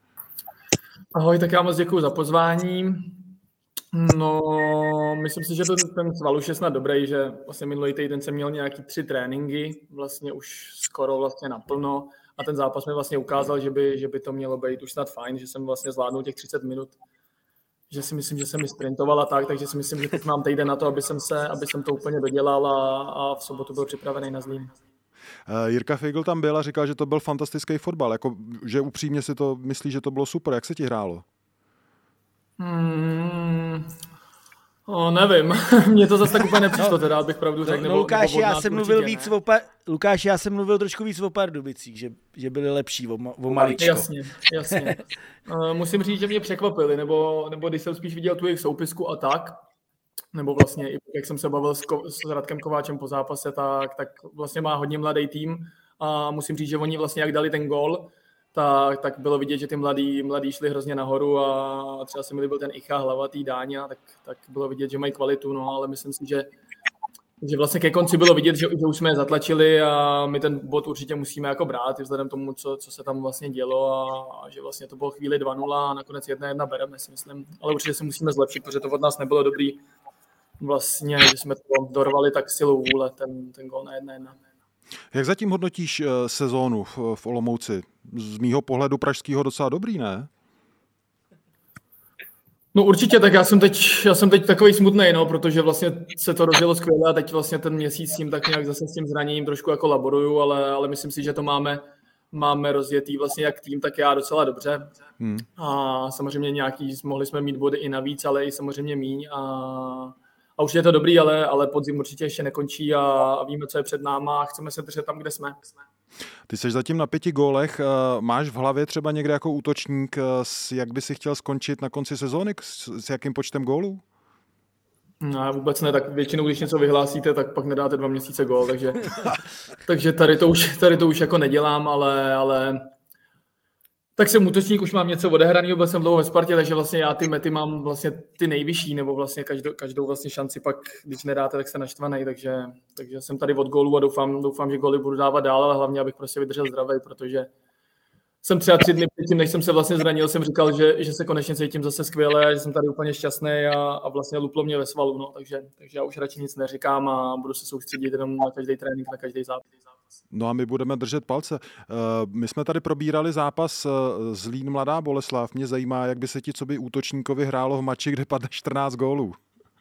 Ahoj, tak já moc děkuji za pozvání. No, myslím si, že ten, ten sval už je snad dobrý, že vlastně minulý týden jsem měl nějaký tři tréninky, vlastně už skoro vlastně naplno a ten zápas mi vlastně ukázal, že by, že by to mělo být už snad fajn, že jsem vlastně zvládnul těch třicet minut, že si myslím, že jsem mi sprintoval a tak, takže si myslím, že teď mám týden na to, aby jsem, se, aby jsem to úplně dodělal a, a v sobotu byl připravený na Zlín. Jirka Feigl tam byl a říkal, že to byl fantastický fotbal, jako, že upřímně si to myslí, že to bylo super. Jak se ti hrálo? Hmm, O, nevím, mně to zase tak úplně nepřišlo, teda bych pravdu řekl. No, no Lukáš, já jsem mluvil víc o par, Lukáš, já jsem mluvil trošku víc o Pardubicích, že, že byli lepší o, o maličko. Jasně, jasně. uh, musím říct, že mě překvapili, nebo, nebo když jsem spíš viděl tu jejich soupisku a tak, nebo vlastně, jak jsem se bavil s, Ko- s Radkem Kováčem po zápase, tak, tak vlastně má hodně mladý tým a musím říct, že oni vlastně jak dali ten gól, tak, tak bylo vidět, že ty mladí, mladí šli hrozně nahoru a třeba se mi líbil ten Icha, hlavatý Dáňa, tak, tak bylo vidět, že mají kvalitu, no ale myslím si, že, že vlastně ke konci bylo vidět, že, že už jsme je zatlačili a my ten bod určitě musíme jako brát, vzhledem tomu, co, co se tam vlastně dělo a, a že vlastně to bylo chvíli dva nula a nakonec jedna jedna bereme, si myslím, ale určitě se musíme zlepšit, protože to od nás nebylo dobrý vlastně, že jsme to dorvali tak silou vůle, ten, ten gól na jedna jedna. Jak zatím hodnotíš sezónu v Olomouci? Z mýho pohledu pražského docela dobrý, ne? No určitě, tak já jsem teď, já jsem teď takový smutnej, no, protože vlastně se to rozjelo skvěle a teď vlastně ten měsíc s tím tak nějak zase s tím zraněním trošku jako laboruju, ale, ale myslím si, že to máme, máme rozjetý vlastně jak tým, tak já docela dobře. Hmm. A samozřejmě nějaký, mohli jsme mít body i navíc, ale i samozřejmě míň a A už je to dobrý, ale, ale podzim určitě ještě nekončí a, a víme, co je před náma a chceme se držet tam, kde jsme. Ty jsi zatím na pěti gólech. Máš v hlavě třeba někde jako útočník, jak by si chtěl skončit na konci sezóny? S, s jakým počtem gólů? No, vůbec ne, tak většinou, když něco vyhlásíte, tak pak nedáte dva měsíce gól, takže, takže tady, to už, tady to už jako nedělám, ale... ale tak jsem útočník, už mám něco odehraného, byl jsem dlouho ve Spartě, takže vlastně já ty mety mám vlastně ty nejvyšší, nebo vlastně každou, každou vlastně šanci pak, když nedáte, tak se naštvanej, takže, takže jsem tady od gólu a doufám, doufám, že góly budu dávat dál, ale hlavně, abych prostě vydržel zdravý, protože jsem třeba tři dny předtím, než jsem se vlastně zranil, jsem říkal, že, že se konečně cítím zase skvěle, že jsem tady úplně šťastný a, a vlastně luplo mě ve svalu, no, takže, takže já už radši nic neříkám a budu se soustředit jenom na každý trénink, na každý zápas. No a my budeme držet palce. My jsme tady probírali zápas Zlín Mladá Boleslav. Mě zajímá, jak by se ti, co by útočníkovi hrálo v mači, kde padne čtrnáct gólů.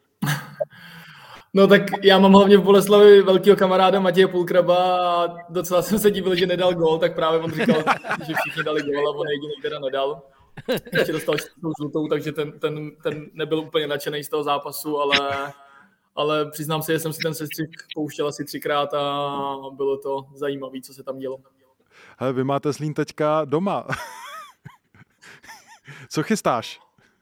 No tak já mám hlavně v Boleslavi velkýho kamaráda Matěje Půlkraba a docela jsem se divil, že nedal gól, tak právě on říkal, že všichni dali gól a on jediný teda nedal. Ještě dostal čtvrtou žlutou, takže ten, ten, ten nebyl úplně nadšený z toho zápasu, ale... ale přiznám se, že jsem si ten sestřih pouštěl asi třikrát a bylo to zajímavé, co se tam dělo. Hele, vy máte Zlín teďka doma. Co chystáš?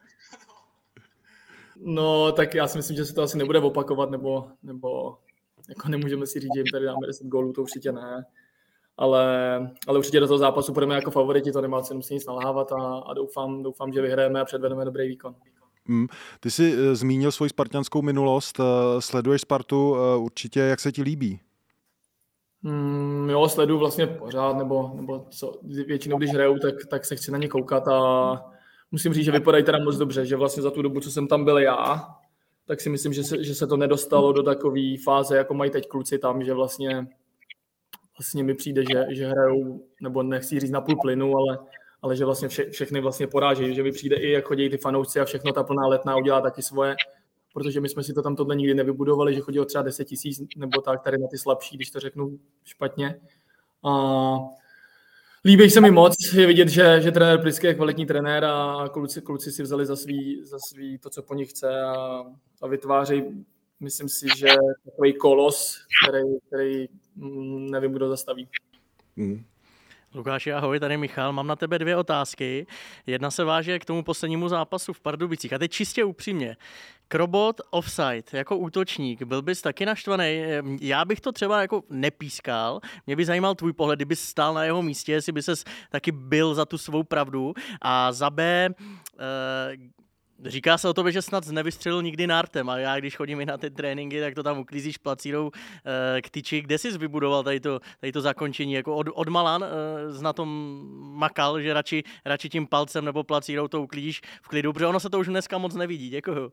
No, tak já si myslím, že se to asi nebude opakovat, nebo, nebo jako nemůžeme si říct, že jim tady dáme deset gólů, to určitě ne. Ale, ale určitě do toho zápasu půjdeme jako favoriti, to nemá cenu si nic nalhávat a, a doufám, doufám, že vyhrajeme a předvedeme dobrý výkon. Hmm. Ty jsi uh, zmínil svoji spartanskou minulost, uh, sleduješ Spartu, uh, určitě, jak se ti líbí? Mm, jo, sleduju vlastně pořád, nebo, nebo co, většinou, když hraju, tak, tak se chci na ně koukat a musím říct, že vypadají teda moc dobře, že vlastně za tu dobu, co jsem tam byl já, tak si myslím, že se, že se to nedostalo do takové fáze, jako mají teď kluci tam, že vlastně, vlastně mi přijde, že, že hrajou, nebo nechci říct na půl plynu, ale ale že vlastně vše, všechny vlastně porážejí, že mi přijde i, jak chodí ty fanoušci a všechno ta plná Letná udělá taky svoje, protože my jsme si to tam tohle nikdy nevybudovali, že chodilo třeba deset tisíc nebo tak tady na ty slabší, když to řeknu špatně. A líbí se mi moc, je vidět, že, že trenér Pliský je kvalitní trenér a kluci, kluci si vzali za svý, za svý to, co po nich chce a, a vytvářejí, myslím si, že takový kolos, který, který nevím, kdo zastaví. Mm. Lukáši, ahoj, tady Michal, mám na tebe dvě otázky. Jedna se váže k tomu poslednímu zápasu v Pardubicích. A teď čistě upřímně. Krobot offside jako útočník, byl bys taky naštvaný? Já bych to třeba jako nepískal. Mě by zajímal tvůj pohled, kdybys stál na jeho místě, jestli by ses taky byl za tu svou pravdu. A za B... Eh, Říká se o tobě, že snad nevystřelil nikdy nártem a já, když chodím i na ty tréninky, tak to tam uklízíš placírou e, k tyči. Kde jsi vybudoval tady to, tady to zakončení? Jako od, od malán e, jsi na tom makal, že radši, radši tím palcem nebo placírou to uklízíš v klidu, protože ono se to už dneska moc nevidí. Děkuju.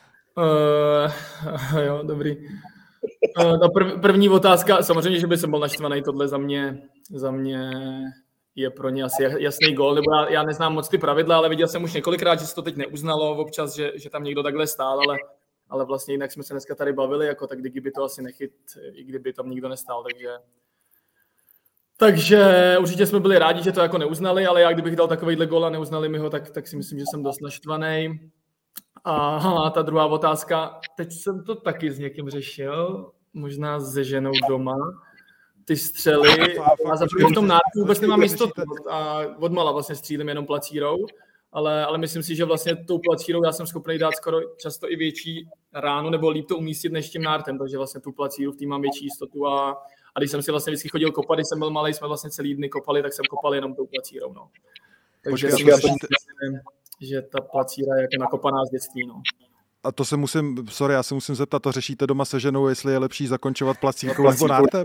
Uh, jo, dobrý. Uh, ta prv, první otázka, samozřejmě, že by jsem byl naštvaný, tohle za mě, za mě je pro ně asi jasný gól, nebo já, já neznám moc ty pravidla, ale viděl jsem už několikrát, že se to teď neuznalo občas, že, že tam někdo takhle stál, ale, ale vlastně jinak jsme se dneska tady bavili, jako tak kdyby to asi nechyt, i kdyby tam nikdo nestál, takže takže určitě jsme byli rádi, že to jako neuznali, ale já kdybych dal takovejhle gól a neuznali mi ho, tak, tak si myslím, že jsem dost naštvaný. A ta druhá otázka, teď jsem to taky s někým řešil, možná se ženou doma, ty střely, a za v tom nárku vůbec nemám jistotu a odmala vlastně střílím jenom placírou, ale, ale myslím si, že vlastně tou placírou já jsem schopný dát skoro často i větší ránu, nebo líp to umístit než tím nártem, takže vlastně tu placíru v tým mám větší jistotu a, a když jsem si vlastně vždycky chodil kopat, když jsem byl malej, jsme vlastně celý dny kopali, tak jsem kopal jenom tou placírou, no. Takže Počkej, si myslím, že ta placíra je jako nakopaná z dětství, no. A to se musím, sorry, já se musím zeptat, to řešíte doma se ženou, jestli je lepší zakončovat placírkou nebo nártem?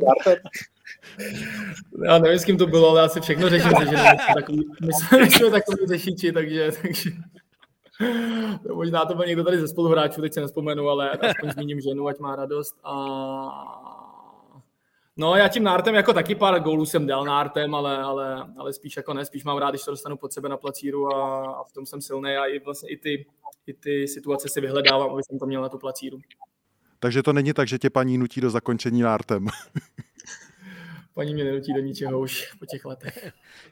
Já nevím, s kým to bylo, ale já si všechno řeším se ženou. Takový, my, jsme, my jsme takový řešiči, takže, takže možná to byl někdo tady ze spoluhráčů, teď se nespomenu, ale aspoň zmíním ženu, ať má radost. A... No já tím nártem jako taky pár gólů jsem dal nártem, ale, ale, ale spíš jako ne, spíš mám rád, když to dostanu pod sebe na placíru a, a v tom jsem silný a i vlastně i ty, i ty situace si vyhledávám, aby jsem to měl na tu placíru. Takže to není tak, že tě paní nutí do zakončení nártem. Paní mě nenutí do ničeho už po těch letech.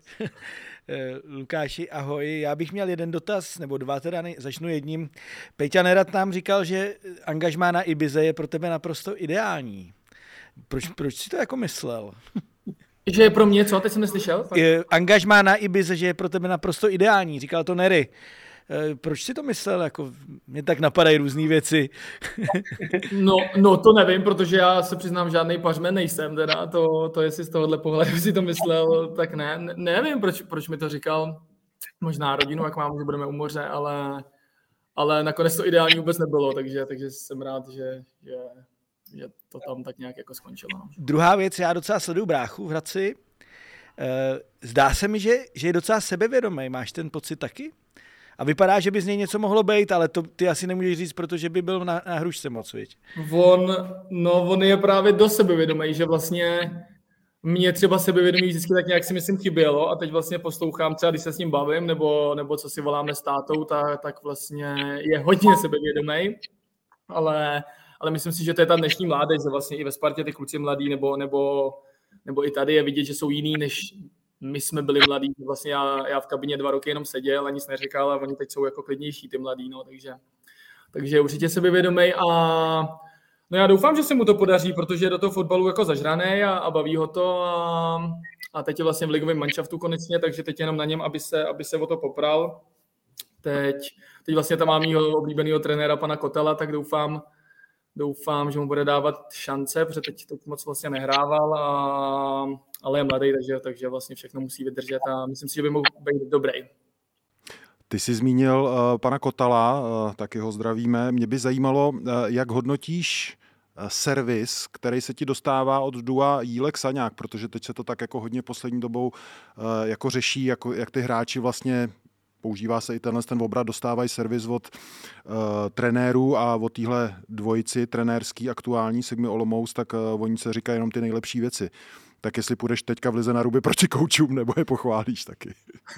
Lukáši, ahoj. Já bych měl jeden dotaz, nebo dva teda, ne, začnu jedním. Peťa Nerad nám říkal, že angažmá na Ibize je pro tebe naprosto ideální. Proč, proč jsi to jako myslel? Že je pro mě co? Teď jsem neslyšel. Je, angažmá na Ibize, že je pro tebe naprosto ideální, říkal to Nery. Proč si to myslel? Jako, mě tak napadají různý věci. no, no to nevím, protože já se přiznám, žádnej pařmen nejsem. Teda. To, to jestli z tohohle pohledu si to myslel, tak ne. ne nevím, proč, proč mi to říkal. Možná rodinu, jak mám, že budeme u moře, ale, ale nakonec to ideální vůbec nebylo, takže, takže jsem rád, že, že, že to tam tak nějak jako skončilo. No. Druhá věc, já docela sleduju bráchu v Hradci. Zdá se mi, že, že je docela sebevědomý. Máš ten pocit taky? A vypadá, že by z něj něco mohlo být, ale to ty asi nemůžeš říct, protože by byl na, na hrušce moc, viď? On, no, on je právě dost sebevědomý, že vlastně mě třeba sebevědomí vždycky tak nějak si myslím chybělo a teď vlastně poslouchám třeba, když se s ním bavím, nebo, nebo co si voláme s tátou, tak, tak vlastně je hodně sebevědomý, ale, ale myslím si, že to je ta dnešní mládež, že vlastně i ve Spartě ty kluci mladí, nebo, nebo, nebo i tady je vidět, že jsou jiný, než my jsme byli mladí, vlastně já, já v kabině dva roky jenom seděl a nic neříkal a oni teď jsou jako klidnější, ty mladí, no, takže, takže určitě sebevědomý a no já doufám, že se mu to podaří, protože je do toho fotbalu jako zažraný a, a baví ho to a, a teď je vlastně v ligovém manšaftu konečně, takže teď jenom na něm, aby se, aby se o to popral. Teď, teď vlastně tam mám mýho oblíbeného trenéra pana Kotela, tak doufám, doufám, že mu bude dávat šance, protože teď to moc vlastně nehrával, a, ale je mladý, takže, takže vlastně všechno musí vydržet a myslím si, že by mohl být dobrý. Ty jsi zmínil uh, pana Kotala, uh, taky ho zdravíme. Mě by zajímalo, uh, jak hodnotíš uh, servis, který se ti dostává od Dua Jílek Saňák, protože teď se to tak jako hodně poslední dobou uh, jako řeší, jako, jak ty hráči vlastně, používá se i tenhle ten obrat, dostávají servis od uh, trenérů a od téhle dvojici trenérský aktuální Sigmy Olomouc, tak uh, oni se říkají jenom ty nejlepší věci. Tak jestli půjdeš teďka v lize na ruby proti koučům, nebo je pochválíš taky?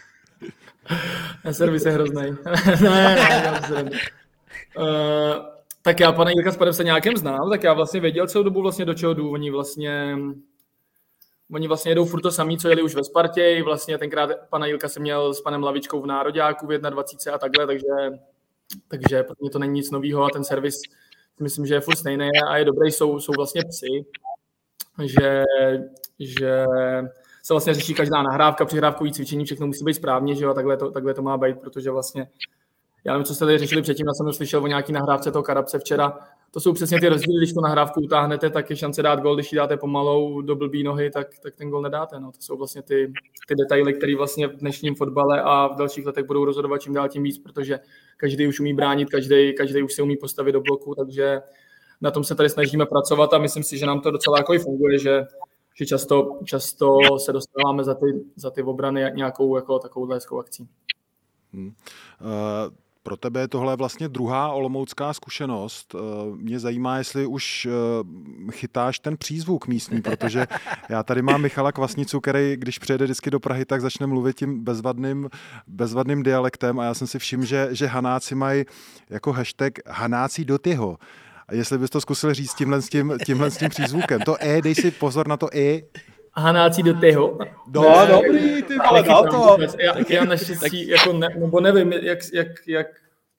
Servis je hroznej. ne, ne, ne, uh, tak já pana Jílka s panem Saňákem znám, tak já vlastně věděl celou dobu vlastně do čeho jdu. Oni vlastně, oni vlastně jedou furt to samý, co jeli už ve Spartě. Vlastně tenkrát pana Jílka jsem měl s panem Lavičkou v Nároďáku v dvacet jedna a takhle, takže, takže pro mě to není nic novýho a ten servis myslím, že je furt stejný a je dobrý, jsou, jsou vlastně psy, že, že se vlastně řeší každá nahrávka, přihrávkový cvičení, všechno musí být správně, že jo, a takhle to, takhle to má být, protože vlastně, já nevím, co jste tady řešili předtím, já jsem slyšel o nějaký nahrávce toho Karabce včera, to jsou přesně ty rozdíly, když tu nahrávku utáhnete, tak je šance dát gol, když ji dáte pomalou do blbý nohy, tak, tak ten gol nedáte, no, to jsou vlastně ty, ty detaily, které vlastně v dnešním fotbale a v dalších letech budou rozhodovat čím dál tím víc, protože každý už umí bránit, každý, každý už se umí postavit do bloku, takže na tom se tady snažíme pracovat a myslím si, že nám to docela jako i funguje, že že často, často se dostáváme za ty, za ty obrany nějakou jako takovou hezkou akcí. Hmm. Uh, pro tebe je tohle vlastně druhá olomoucká zkušenost. Uh, mě zajímá, jestli už uh, chytáš ten přízvuk místní, protože já tady mám Michala Kvasnicu, který, když přijede vždycky do Prahy, tak začne mluvit tím bezvadným, bezvadným dialektem a já jsem si všiml, že, že Hanáci mají jako hashtag Hanáci do tyho. A jestli bys to zkusil říct tímhle s tím, tímhle s tím přízvukem. To E, dej si pozor na to E. Hanáci do tyho. No, ne, dobrý, ty vole, dal to. Já, já naštěstí, jako ne, nebo nevím, jak, jak, jak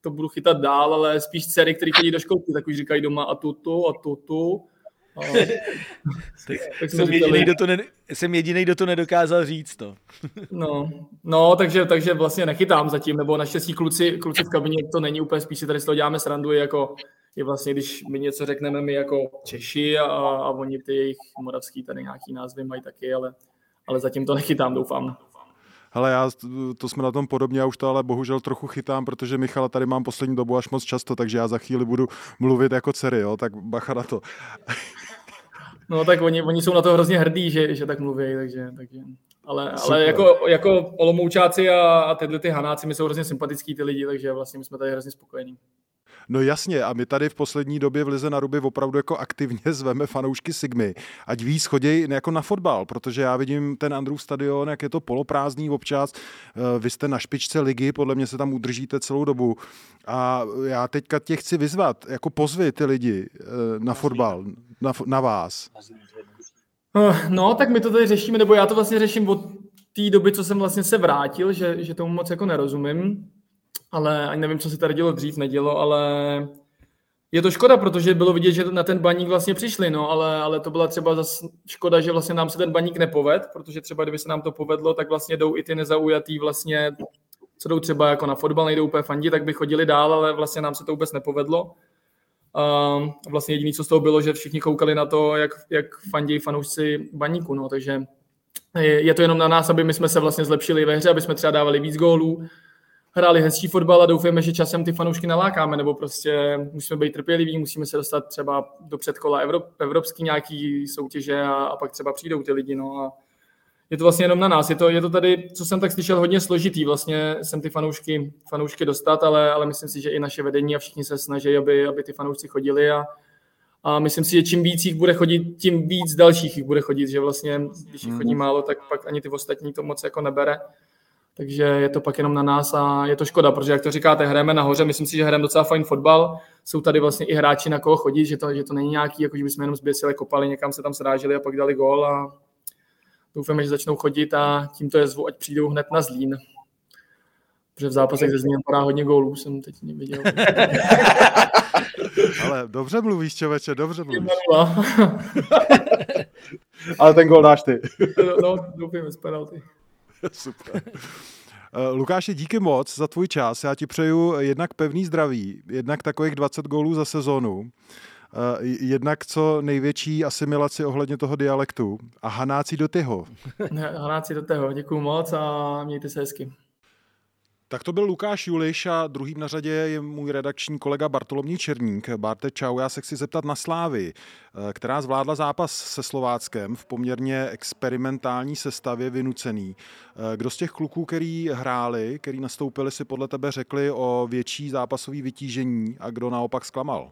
to budu chytat dál, ale spíš dcery, který chodí do školky, tak už říkají doma a tutu a tutu. A... tak tak jsem, jediný, kdo to ne, jsem jediný, kdo to nedokázal říct. To. no, no takže, takže vlastně nechytám zatím, nebo naštěstí kluci, kluci v kabině to není úplně, spíš si tady z toho děláme srandu, jako je vlastně, když my něco řekneme my jako Češi a, a oni ty jejich moravský tady nějaký názvy mají taky, ale, ale zatím to nechytám, doufám. Hele, já, to jsme na tom podobně, já už to ale bohužel trochu chytám, protože Michala tady mám poslední dobu až moc často, takže já za chvíli budu mluvit jako dcery, jo, tak bacha na to. No tak oni, oni jsou na to hrozně hrdí, že, že tak mluví, takže, takže. Ale, ale jako, jako Olomoučáci a, a tyhle ty Hanáci, my jsou hrozně sympatický ty lidi, takže vlastně my jsme tady hrozně spokojení. No jasně, a my tady v poslední době v Lize na ruby opravdu jako aktivně zveme fanoušky Sigmy, ať víc chodí jako na fotbal, protože já vidím ten Andrův stadion, jak je to poloprázdný občas, vy jste na špičce ligy, podle mě se tam udržíte celou dobu a já teďka tě chci vyzvat, jako pozvi ty lidi na fotbal, na, na vás. No, tak my to tady řešíme, nebo já to vlastně řeším od té doby, co jsem vlastně se vrátil, že, že tomu moc jako nerozumím. Ale ani nevím, co se tady dělo dřív, nedělo, ale je to škoda, protože bylo vidět, že na ten baník vlastně přišli, no, ale, ale to byla třeba zase škoda, že vlastně nám se ten baník nepoved, protože třeba kdyby se nám to povedlo, tak vlastně jdou i ty nezaujatý vlastně, co jdou třeba jako na fotbal, nejdou úplně fandit, tak by chodili dál, ale vlastně nám se to vůbec nepovedlo. A vlastně jediné, co z toho bylo, že všichni koukali na to, jak, jak fandí fanoušci baníku, no, takže je, je to jenom na nás, aby my jsme se vlastně zlepšili ve hře, aby jsme třeba dávali víc gólů, hráli hezčí fotbal a doufujeme, že časem ty fanoušky nalákáme, nebo prostě musíme být trpěliví, musíme se dostat třeba do předkola Evrop, evropský nějaký soutěže a, a pak třeba přijdou ty lidi, no a je to vlastně jenom na nás. Je to, je to tady, co jsem tak slyšel, hodně složitý, vlastně jsem ty fanoušky, fanoušky dostat, ale, ale myslím si, že i naše vedení a všichni se snaží, aby, aby ty fanoušci chodili a, a myslím si, že čím víc jich bude chodit, tím víc dalších jich bude chodit, že vlastně, když jich chodí málo, tak pak ani ty ostatní to moc jako nebere. Takže je to pak jenom na nás a je to škoda, protože jak to říkáte, hrajeme nahoře, myslím si, že hrajeme docela fajn fotbal, jsou tady vlastně i hráči na koho chodit, že to, že to není nějaký, jako že bychom jenom zběsili, kopali, někam se tam sráželi a pak dali gól a doufáme, že začnou chodit a tímto je zvu, ať přijdou hned na Zlín. Protože v zápasech ze Zlínem padá hodně gólů, jsem teď neviděl. Ale dobře mluvíš, člověče, dobře mluvíš. Ale ten gól dáš ty. No, doufujeme z penalty. Super. Lukáši, díky moc za tvůj čas. Já ti přeju jednak pevný zdraví, jednak takových dvacet gólů za sezónu, jednak co největší asimilaci ohledně toho dialektu a Hanáci do tyho. Hanáci do tyho, děkuju moc a mějte se hezky. Tak to byl Lukáš Juliš a druhým na řadě je můj redakční kolega Bartoloměj Černík. Barte, čau, já se chci zeptat na Slávy, která zvládla zápas se Slováckem v poměrně experimentální sestavě vynucený. Kdo z těch kluků, který hráli, který nastoupili, si podle tebe řekli o větší zápasový vytížení a kdo naopak zklamal?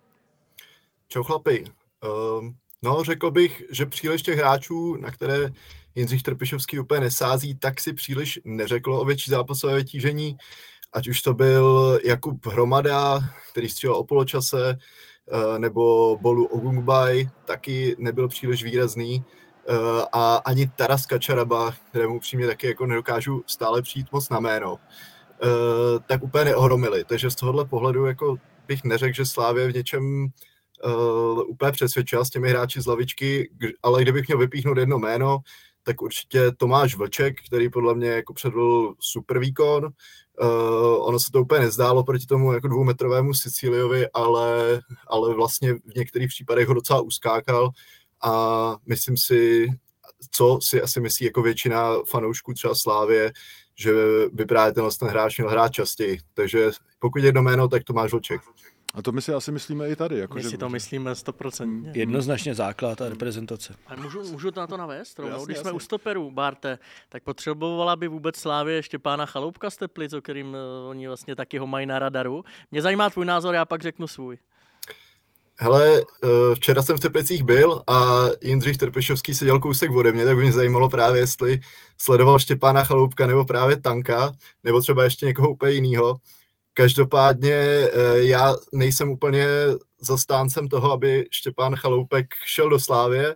Čau chlapi. Uh, no, řekl bych, že příliš těch hráčů, na které Jindřich Trpišovský úplně nesází, tak si příliš neřeklo o větší zápasové vytížení, ať už to byl Jakub Hromada, který střílel o poločase, nebo Bolu Ogungbaj, taky nebyl příliš výrazný, a ani Taras Kačaraba, kterému upřímně taky jako nedokážu stále přijít moc na jméno, tak úplně neohromili. Takže z tohohle pohledu jako bych neřekl, že Slávě v něčem uh, úplně přesvědčila s těmi hráči z lavičky, ale kdybych měl vypíchnout jedno jméno, tak určitě Tomáš Vlček, který podle mě jako předvedl super výkon. Uh, ono se to úplně nezdálo proti tomu jako dvoumetrovému Sicíliovi, ale, ale vlastně v některých případech ho docela uskákal a myslím si, co si asi myslí jako většina fanoušků třeba Slávě, že by právě tenhle ten hráč měl hrát častěji. Takže pokud jedno jméno, tak Tomáš Vlček. A to my si asi myslíme i tady. Jako my že si to myslíme sto procent. Jednoznačně základ a reprezentace. A můžu, můžu na to navést? Jasně, Když jasně. jsme u stoperů, Barte, tak potřebovala by vůbec Slávě Štěpána Chaloupka z Teplic, o kterým uh, oni vlastně taky ho mají na radaru. Mě zajímá tvůj názor, já pak řeknu svůj. Hele, včera jsem v Teplicích byl a Jindřich Trpišovský seděl kousek ode mě, tak by mě zajímalo právě, jestli sledoval Štěpána Chaloupka nebo právě Tanka, nebo třeba ještě někoho úplně jiného. Každopádně já nejsem úplně zastáncem toho, aby Štěpán Chaloupek šel do Slávie.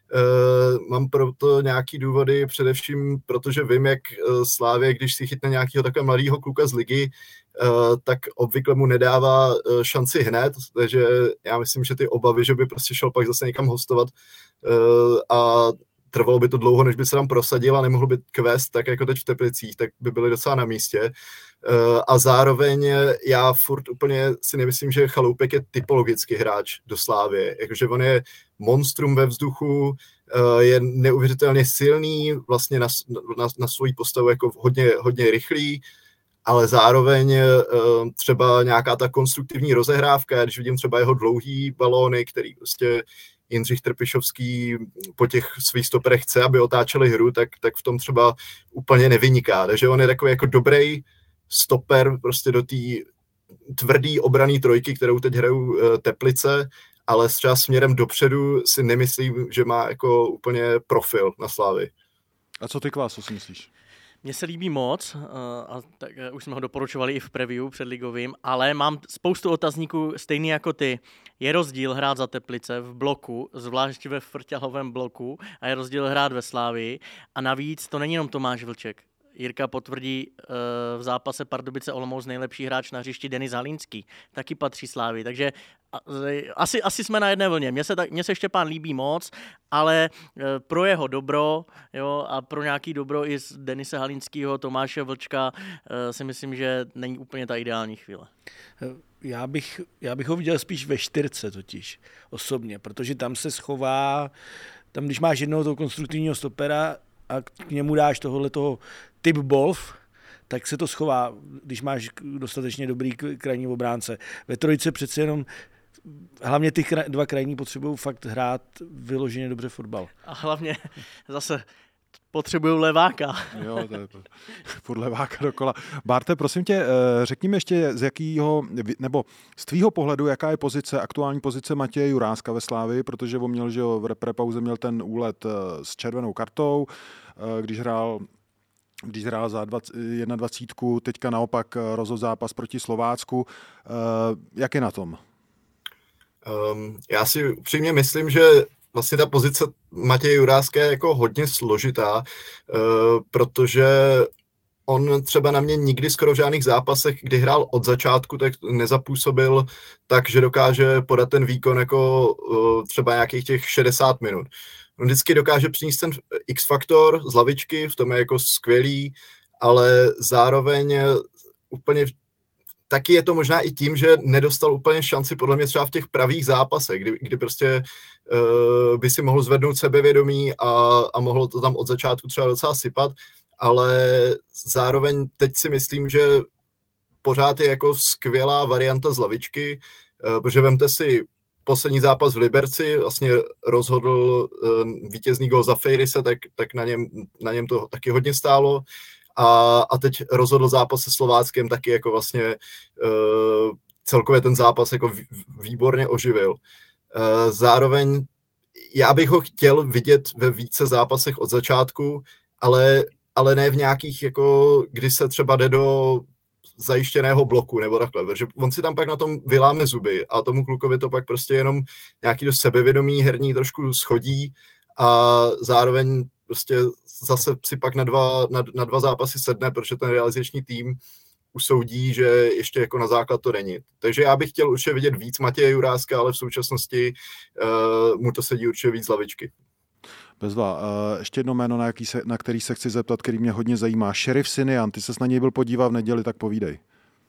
Mám proto nějaký důvody, především protože vím, jak Slávě, když si chytne nějakého takového mladého kluka z ligy, tak obvykle mu nedává šanci hned, takže já myslím, že ty obavy, že by prostě šel pak zase někam hostovat a trvalo by to dlouho, než by se tam prosadil a nemohl by kvést tak jako teď v Teplicích, tak by byly docela na místě. A zároveň já furt úplně si nemyslím, že Chaloupek je typologický hráč do Slávie. Jakože on je monstrum ve vzduchu, je neuvěřitelně silný, vlastně na, na, na svoji postavu jako hodně, hodně rychlý, ale zároveň třeba nějaká ta konstruktivní rozehrávka, když vidím třeba jeho dlouhý balóny, který prostě Jindřich Trpišovský po těch svých stoperech chce, aby otáčeli hru, tak, tak v tom třeba úplně nevyniká. Takže on je takový jako dobrý stoper prostě do té tvrdý obraný trojky, kterou teď hrajou Teplice, ale třeba směrem dopředu si nemyslím, že má jako úplně profil na Slávii. A co ty, Kváso, si myslíš? Mně se líbí moc, a tak už jsme ho doporučovali i v preview před ligovým, ale mám spoustu otazníků stejný jako ty. Je rozdíl hrát za Teplice v bloku, zvlášť ve Frťalovém bloku, a je rozdíl hrát ve Slávii. A navíc to není jenom Tomáš Vlček. Jirka potvrdí v zápase Pardubice Olomouc nejlepší hráč na hřišti Denis Halínský. Taky patří Slávii, takže asi, asi jsme na jedné vlně. Mně se, tak, mně se Štěpán líbí moc, ale pro jeho dobro, jo, a pro nějaký dobro i z Denise Halínského, Tomáše Vlčka si myslím, že není úplně ta ideální chvíle. Já bych, já bych ho viděl spíš ve čtyřce totiž osobně, protože tam se schová, tam když máš jednoho toho konstruktivního stopera a k němu dáš tohohletoho typ Bolf, tak se to schová, když máš dostatečně dobrý krajní obránce. Ve trojice přece jenom hlavně ty dva krajní potřebují fakt hrát vyloženě dobře fotbal. A hlavně zase potřebují leváka. Jo, to je to. Furt leváka dokola. Barte, prosím tě, řekni mi ještě, z jakýho, nebo z tvýho pohledu, jaká je pozice, aktuální pozice Matěje Juráska ve Slávii, protože on měl, že jo, v reprepauze měl ten úlet s červenou kartou, když hrál když hrál za dvacet jedna, teďka naopak rozhodl zápas proti Slovácku. Jak je na tom? Um, já si upřímně myslím, že vlastně ta pozice Matěje Juráska je jako hodně složitá, uh, protože on třeba na mě nikdy skoro v žádných zápasech, kdy hrál od začátku, tak nezapůsobil tak, že dokáže podat ten výkon jako uh, třeba nějakých těch šedesát minut. On vždycky dokáže přinést ten X-faktor z lavičky, v tom je jako skvělý, ale zároveň úplně taky je to možná i tím, že nedostal úplně šanci podle mě třeba v těch pravých zápasech, kdy, kdy prostě uh, by si mohl zvednout sebevědomí a, a mohlo to tam od začátku třeba docela sypat, ale zároveň teď si myslím, že pořád je jako skvělá varianta z lavičky, uh, protože vemte si poslední zápas v Liberci, vlastně rozhodl uh, vítězný gól za Fejrise, tak, tak na, něm, na něm to taky hodně stálo. A, a teď rozhodl zápas se Slováckem, taky jako vlastně uh, celkově ten zápas jako výborně oživil. Uh, zároveň já bych ho chtěl vidět ve více zápasech od začátku, ale, ale ne v nějakých, jako kdy se třeba jde do zajištěného bloku nebo takhle, protože on si tam pak na tom vyláme zuby a tomu klukovi to pak prostě jenom nějaký do sebevědomí herní trošku schodí a zároveň prostě zase si pak na dva, na, na dva zápasy sedne, protože ten realizační tým usoudí, že ještě jako na základ to není. Takže já bych chtěl určitě vidět víc Matěje Juráska, ale v současnosti uh, mu to sedí určitě víc z lavičky. Bezva, uh, ještě jedno jméno, na, jaký se, na který se chci zeptat, který mě hodně zajímá. Šerif Sinian, ty ses na něj byl podívat v neděli, tak povídej.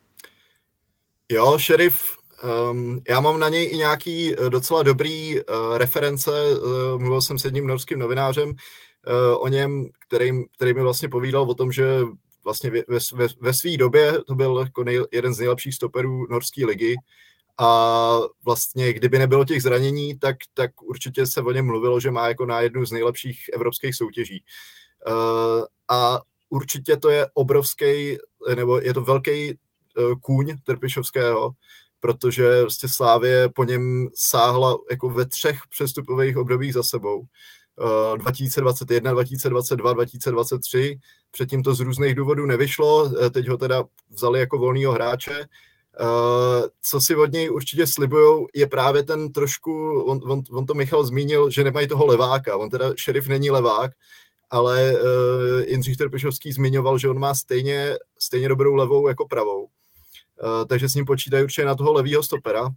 Jo, Šerif, um, já mám na něj i nějaký docela dobrý uh, reference, uh, mluvil jsem s jedním norským novinářem, Uh, o něm, který, který mi vlastně povídal o tom, že vlastně ve, ve, ve své době to byl jako nej, jeden z nejlepších stoperů norské ligy a vlastně kdyby nebylo těch zranění, tak, tak určitě se o něm mluvilo, že má jako na jednu z nejlepších evropských soutěží. Uh, a určitě to je obrovský, nebo je to velký uh, kůň Trpišovského, protože vlastně Slávie po něm sáhla jako ve třech přestupových obdobích za sebou. dva tisíce dvacet jedna, dva tisíce dvacet dva, dva tisíce dvacet tři. Předtím to z různých důvodů nevyšlo, teď ho teda vzali jako volného hráče. Co si od něj určitě slibujou, je právě ten trošku, on, on, on to Michal zmínil, že nemají toho leváka. On teda Šerif není levák, ale Jindřich Trpišovský zmiňoval, že on má stejně, stejně dobrou levou jako pravou. takže s ním počítají určitě na toho levýho stopera,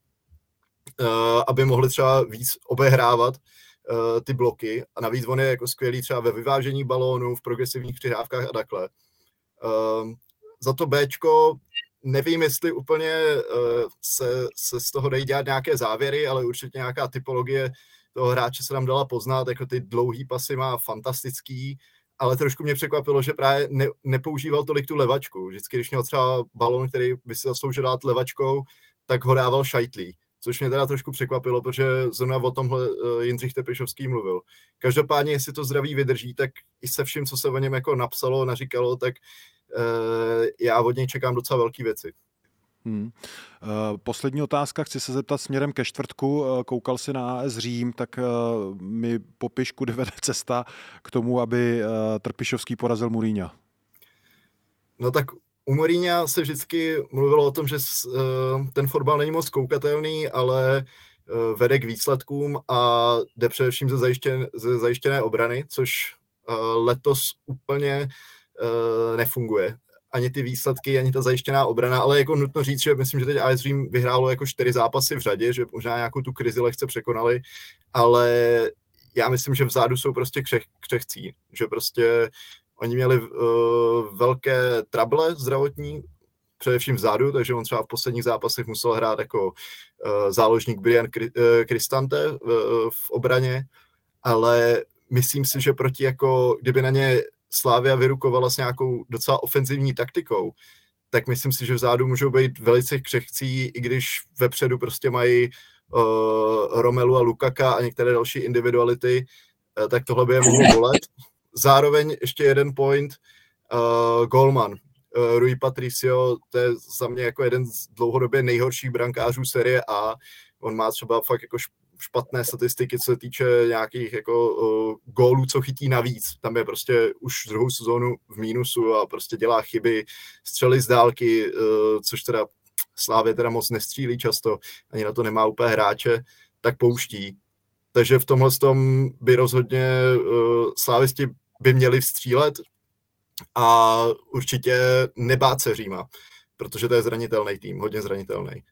aby mohli třeba víc obehrávat ty bloky a navíc on je jako skvělý třeba ve vyvážení balónů, v progresivních přihrávkách a takhle. Za to Bčko nevím, jestli úplně se, se z toho dají dělat nějaké závěry, ale určitě nějaká typologie toho hráče se nám dala poznat, jako ty dlouhý pasy má fantastický, ale trošku mě překvapilo, že právě ne, nepoužíval tolik tu levačku. Vždycky, když měl třeba balón, který by si zasloužil dát levačkou, tak ho dával šajtlí. Což mě teda trošku překvapilo, protože zrovna o tomhle Jindřich Trpišovský mluvil. Každopádně, jestli to zdraví vydrží, tak i se vším, co se o něm jako napsalo, naříkalo, tak uh, já od něj čekám docela velké věci. Hmm. Uh, poslední otázka, chci se zeptat směrem ke čtvrtku. Uh, koukal si na A S Řím, tak uh, mi popiš, kudy vede cesta k tomu, aby uh, Trpišovský porazil Mourinha. No tak u Mourinha se vždycky mluvilo o tom, že uh, ten fotbal není moc koukatelný, ale uh, vede k výsledkům a jde především ze, zajištěn, ze zajištěné obrany, což uh, letos úplně uh, nefunguje. Ani ty výsledky, ani ta zajištěná obrana, ale jako nutno říct, že myslím, že teď A S Řím vyhrálo jako čtyři zápasy v řadě, že možná nějakou tu krizi lehce překonali, ale já myslím, že vzadu jsou prostě křeh, křehcí, že prostě oni měli uh, velké trable zdravotní, především vzadu, takže on třeba v posledních zápasech musel hrát jako uh, záložník Brian Cristante uh, v obraně, ale myslím si, že proti jako, kdyby na ně Slavia vyrukovala s nějakou docela ofenzivní taktikou, tak myslím si, že vzadu můžou být velice křehcí, i když vepředu prostě mají uh, Romelu a Lukaka a některé další individuality, uh, tak tohle by je mohlo bolet. Zároveň ještě jeden point, uh, Golman. Uh, Rui Patricio, to je za mě jako jeden z dlouhodobě nejhorších brankářů série A. On má třeba fakt jako špatné statistiky, co se týče nějakých jako uh, gólů, co chytí navíc. Tam je prostě už druhou sezónu v mínusu a prostě dělá chyby, střely z dálky, uh, což teda Slávě teda moc nestřílí často, ani na to nemá úplně hráče, tak pouští. Takže v tomhle tom by rozhodně uh, slávisti by měli vstřílet a určitě nebát se Říma, protože to je zranitelný tým, hodně zranitelný.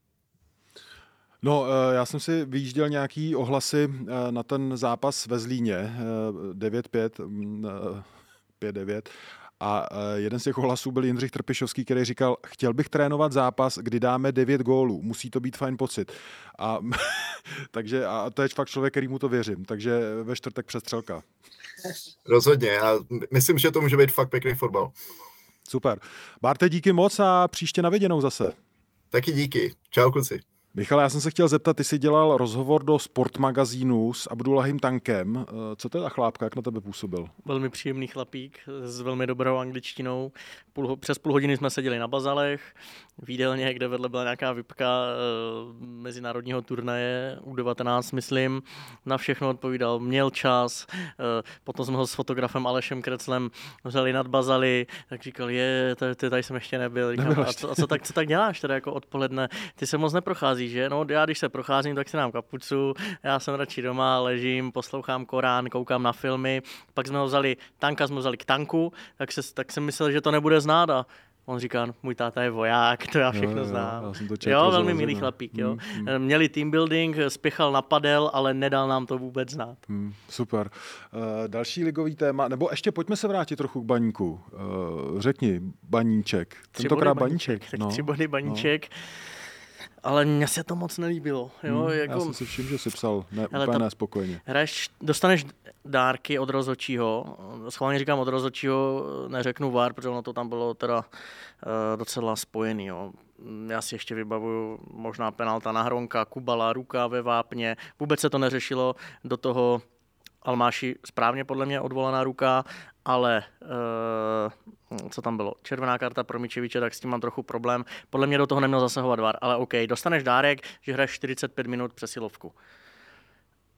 No, já jsem si vyjížděl nějaký ohlasy na ten zápas ve Zlíně, devět pět, pět devět, a jeden z těch ohlasů byl Jindřich Trpišovský, který říkal, chtěl bych trénovat zápas, kdy dáme devět gólů, musí to být fajn pocit. A, takže, a to je fakt člověk, který mu to věřím, takže ve čtvrtek přestřelka. Rozhodně, já myslím, že to může být fakt pěkný fotbal. Super. Barte, díky moc a příště na viděnou zase. Taky díky. Čau, kluci. Michal, já jsem se chtěl zeptat, ty jsi dělal rozhovor do Sportmagazínu s Abdullahim Tankem. Co to je ta chlápka, jak na tebe působil? Velmi příjemný chlapík s velmi dobrou angličtinou. Půl, přes půl hodiny jsme seděli na bazalech, v jídelně, kde vedle byla nějaká vypka e, mezinárodního turnaje U devatenáct, myslím. Na všechno odpovídal, měl čas. E, potom jsme ho s fotografem Alešem Kreclem vzali nad bazaly, tak říkal, je, tady, tady jsem ještě nebyl. Říkám, a, co, a co, tak, co tak děláš teda jako odpoledne? Ty se moc neprocházíš, že? No, já když se procházím, tak si dám kapucu, já jsem radši doma, ležím, poslouchám Korán, koukám na filmy. Pak jsme ho vzali, Tanka jsme ho vzali k tanku, tak, se, tak jsem myslel, že to nebude znát a on říká, můj táta je voják, to já všechno jo, znám. Jo, já četl, jo velmi milý chlapík. Jo. Hmm, hmm. Měli team building, spěchal na padel, ale nedal nám to vůbec znát. Hmm, super. Uh, další ligový téma, nebo ještě pojďme se vrátit trochu k Baníku. Uh, řekni, Baníček. Tentokrát Baníček. Baníček. No, tři body Baníček. No. Ale mně se to moc nelíbilo. Jo? Hmm, jako... Já jsem si všiml, že jsi psal ne, úplně ta... nespokojeně. Hraješ, dostaneš dárky od rozhodčího. Schválně říkám od rozhodčího, neřeknu V A R, protože ono to tam bylo teda uh, docela spojený. Jo. Já si ještě vybavuju možná penalta na Hronka, Kubala, ruka ve vápně. Vůbec se to neřešilo, do toho Almáši správně podle mě odvolaná ruka, ale uh, co tam bylo? Červená karta pro Mičeviče, tak s tím mám trochu problém. Podle mě do toho neměl zasahovat V A R, ale OK, dostaneš dárek, že hraješ čtyřicet pět minut přesilovku.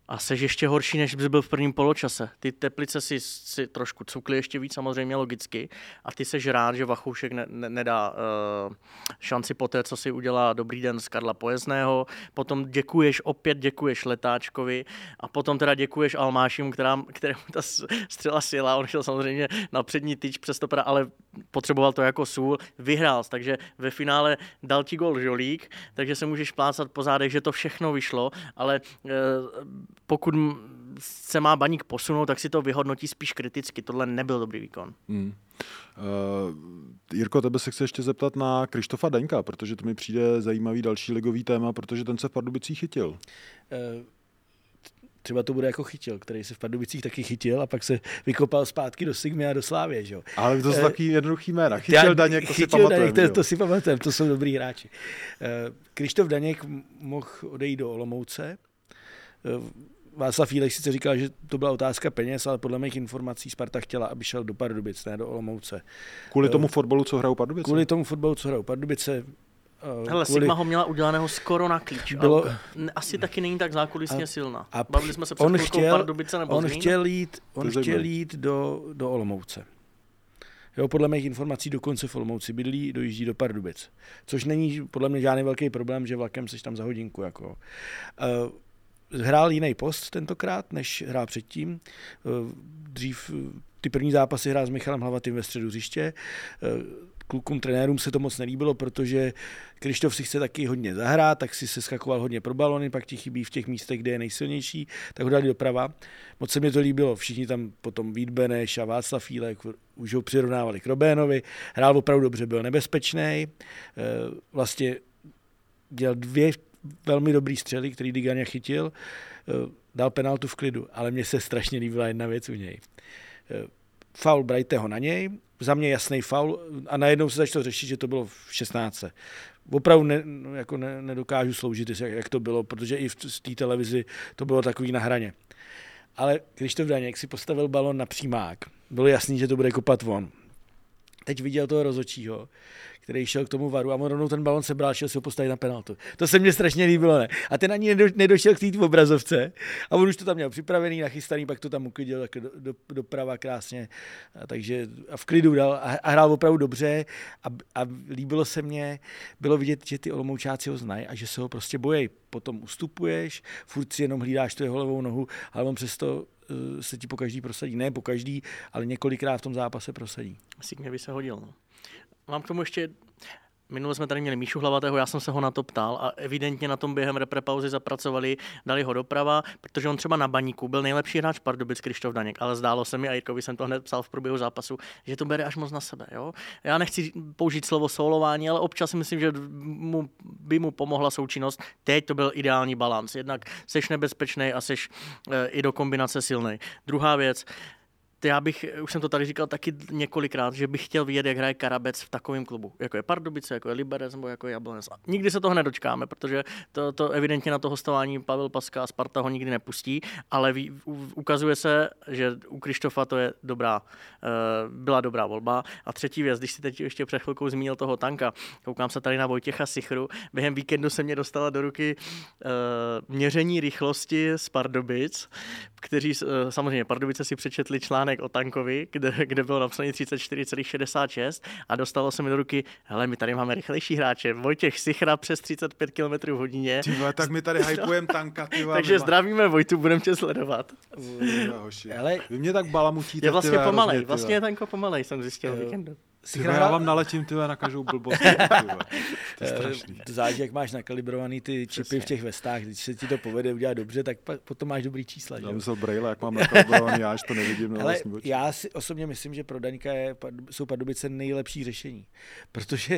A seš ještě horší, než bys byl v prvním poločase. Ty Teplice si, si trošku cukli ještě víc, samozřejmě logicky. A ty seš rád, že Vachoušek ne, ne, nedá uh, šanci po té, co si udělá dobrý den z Karla Pojezného. Potom děkuješ, opět děkuješ Letáčkovi. A potom teda děkuješ Almášimu, která, kterému ta střela sjela. On šel samozřejmě na přední tyč přes to, ale potřeboval to jako sůl. Vyhrál, takže ve finále dal ti gol Žolík, takže se můžeš plácat po zádech, že to všechno vyšlo, ale uh, pokud se má Baník posunout, tak si to vyhodnotí spíš kriticky. Tohle nebyl dobrý výkon. Hmm. Uh, Jirko, tebe se chci ještě zeptat na Krištofa Daňka, protože to mi přijde zajímavý další ligový téma, protože ten se v Pardubicích chytil. Uh, třeba to bude jako Chytil, který se v Pardubicích taky chytil a pak se vykopal zpátky do Sigmy a do Slávě. Že? Ale to jsou uh, taky jednoduchý jména. Chytil Daněk, to si pamatujeme. To, to si pamatujeme, to jsou dobrý hráči. Uh, Krištof Daněk mohl odejít do Olomouce. Uh, Václav Fílek sice říkal, že to byla otázka peněz, ale podle mých informací Sparta chtěla, aby šel do Pardubic, ne do Olomouce. Kvůli tomu fotbalu, co hrajou Pardubice? Kvůli tomu fotbalu, co hrajou Pardubice. Hele, kvůli... Sigma ho měla udělaného skoro na klíč. Bylo... Asi taky není tak zákulisně a, silná. A Bavili jsme se před on chtěl, Pardubice nebo On chtěl jít, on chtěl jít do, do Olomouce. Jo, podle mých informací dokonce v Olomouci bydlí, dojíždí do Pardubic. Což není podle mě žádný velký problém, že vlakem seš tam za hodinku. Jako. Uh, Hrál jiný post tentokrát, než hrál předtím. Dřív ty první zápasy hrál s Michalem Hlavatým ve středu hřiště. Klukům, trenérům se to moc nelíbilo, protože Krištof si chce taky hodně zahrát, tak si se skakoval hodně pro balony, pak ti chybí v těch místech, kde je nejsilnější, tak ho dali doprava. Moc se mi to líbilo, všichni tam potom Vít Beneš a Václav Fílek už ho přirovnávali k Robénovi. Hrál opravdu dobře, byl nebezpečný. Vlastně dělal dvě velmi dobrý střely, který Digaňa chytil, dal penaltu v klidu, ale mně se strašně líbila jedna věc u něj. Faul Brajteho na něj, za mě jasný faul a najednou se začalo řešit, že to bylo v šestnáctce. Opravdu ne, jako ne, nedokážu sloužit, jak, jak to bylo, protože i v té televizi to bylo takový na hraně. Ale Krištof Daněk si postavil balon na přímák. Bylo jasný, že to bude kopat von. Teď viděl toho rozhodčího, který šel k tomu varu a on rovnou ten balon sebral, šel si ho postavit na penaltu. To se mně strašně líbilo, ne? A ten ani nedo, nedošel k té obrazovce a on už to tam měl připravený, nachystaný, pak to tam uklidil tak do, do, doprava krásně. A takže a v klidu dal a, a hrál opravdu dobře a, a líbilo se mně, bylo vidět, že ty Olomoučáci ho znají a že se ho prostě bojí. Potom ustupuješ, furt si jenom hlídáš tu jeho levou nohu, ale on přesto se ti po každý prosadí. Ne po každý, ale několikrát v tom zápase prosadí. Asi mě by se hodil. No. Mám k tomu ještě, minule jsme tady měli Míšu Hlavatého, já jsem se ho na to ptal a evidentně na tom během reprepauzy zapracovali, dali ho doprava, protože on třeba na Baníku byl nejlepší hráč Pardubic Krištof Daněk, ale zdálo se mi, a Jirkovi jsem to hned psal v průběhu zápasu, že to bere až moc na sebe. Jo? Já nechci použít slovo soulování, ale občas si myslím, že mu, by mu pomohla součinnost. Teď to byl ideální balans. Jednak seš nebezpečný a seš e, i do kombinace silnej. Druhá věc, já bych, už jsem to tady říkal taky několikrát, že bych chtěl vidět, jak hraje Karabec v takovém klubu, jako je Pardubice, jako je Liberec nebo jako je Jablonec. A nikdy se toho nedočkáme, protože to, to evidentně na to hostování Pavel Paska a Sparta ho nikdy nepustí, ale ví, ukazuje se, že u Krištofa to je dobrá, byla dobrá volba. A třetí věc, když si teď ještě před chvilkou zmínil toho Tanka, koukám se tady na Vojtěcha Sichru, během víkendu se mě dostala do ruky měření rychlosti z Pardubic, kteří samozřejmě Pardubice si přečetli článek o Tankovi, kde, kde bylo napsaný třicet čtyři celá šedesát šest a dostalo se mi do ruky, hele, my tady máme rychlejší hráče, Vojtěch Sichra přes třicet pět kilometrů v hodině. Ty vole, tak my tady hypujeme Tanka, ty vole. Takže zdravíme Vojtu, budeme tě sledovat. Ale vy mě tak balamutíte. Je vlastně pomalej, vlastně je Tanko pomalej, jsem zjistil víkendu. Tyhle, já vám naletím tyhle na každou blbost. To je strašný. To záleží, jak máš nakalibrovaný ty čipy v těch vestách. Když se ti to povede udělat dobře, tak potom máš dobrý čísla. Já myslel Braille, jak mám nakalibrovaný, já až to nevidím na vlastní oči. Já si osobně myslím, že pro Daňka je, jsou Pardubice nejlepší řešení. Protože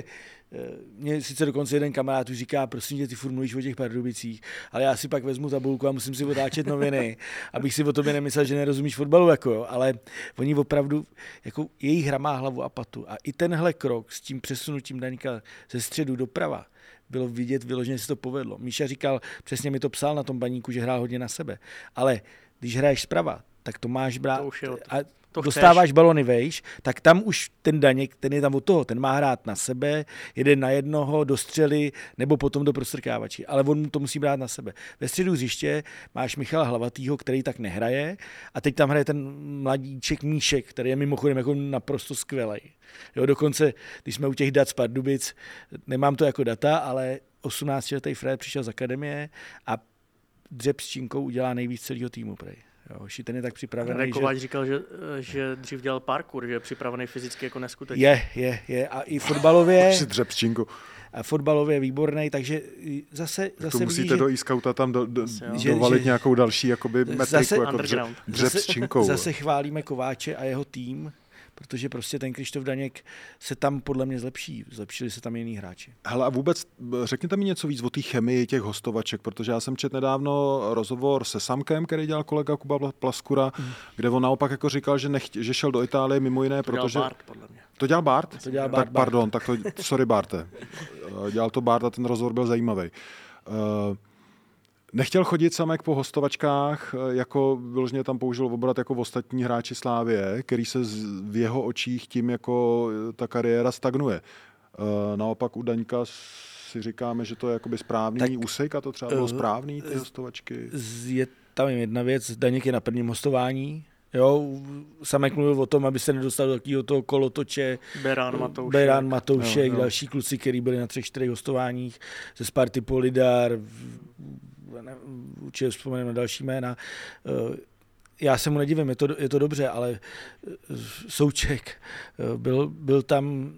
mě sice dokonce jeden kamarád už říká, prosím tě, ty furt mluvíš o těch Pardubicích, ale já si pak vezmu tabulku a musím si otáčet noviny, abych si o tobě nemyslel, že nerozumíš fotbalu, jako jo. Ale oni opravdu, jako jejich hra má hlavu a patu. A i tenhle krok s tím přesunutím Daňka ze středu doprava bylo vidět, vyloženě si to povedlo. Míša říkal, přesně mi to psal na tom Baníku, že hrál hodně na sebe. Ale když hraješ zprava, tak to máš brát. To už je, a to dostáváš chceš. balony vejš, tak tam už ten Daněk, ten je tam od toho, ten má hrát na sebe, jeden na jednoho, do střely, nebo potom do prostrkávači. Ale on to musí brát na sebe. Ve středu hřiště máš Michala Hlavatýho, který tak nehraje, a teď tam hraje ten mladíček Míšek, který je mimochodem jako naprosto skvělej. Jo, dokonce, když jsme u těch dat z Pardubic, nemám to jako data, ale osmnáctiletý Fred přišel z akademie a dřep s činkou udělá nejvíc celého týmu, prej. Jo, ten je tak připravený, Radek Kováč že... říkal, že, že dřív dělal parkour, že je připravený fyzicky jako neskutečný. Je, je, je. A i fotbalově... dřep s činkou. A fotbalově je výborný, takže zase, zase to musíte vidí, do e-scouta tam do, do, že, dovalit že, nějakou další jakoby metriku, zase, jako dřep, dřep s činkou. Zase chválíme Kováče a jeho tým, protože prostě ten Krištof Daněk se tam podle mě zlepší. Zlepšili se tam jiní hráči. Hele, a vůbec řekněte mi něco víc o té chemii těch hostovaček, protože já jsem četl nedávno rozhovor se Samkem, který dělal kolega Kuba Plaskura, mm. kde on naopak jako říkal, že, nechtě, že šel do Itálie mimo jiné, to protože... dělal Bart, podle mě. To dělal Bart? To dělal Bart, tak pardon, tak to, sorry Barte. Dělal to Bart a ten rozhovor byl zajímavý. Uh, Nechtěl chodit Samek po hostovačkách, jako vyloženě tam použil obrat jako v ostatní hráči Slávie, který se v jeho očích tím jako ta kariéra stagnuje. Naopak u Daňka si říkáme, že to je jakoby správný tak, úsek a to třeba bylo správný, ty hostovačky. Je tam jedna věc, Daněk je na prvním hostování. Jo, Samek mluvil o tom, aby se nedostal do takového toho kolotoče. Berán Matoušek. Berán Matoušek, jo, jo. Další kluci, kteří byli na třech, čtyřech hostováních, ze Sparty Polidar, určitě vzpomeneme na další jména. Já se mu nedivím, je to, je to dobře, ale Souček byl, byl tam,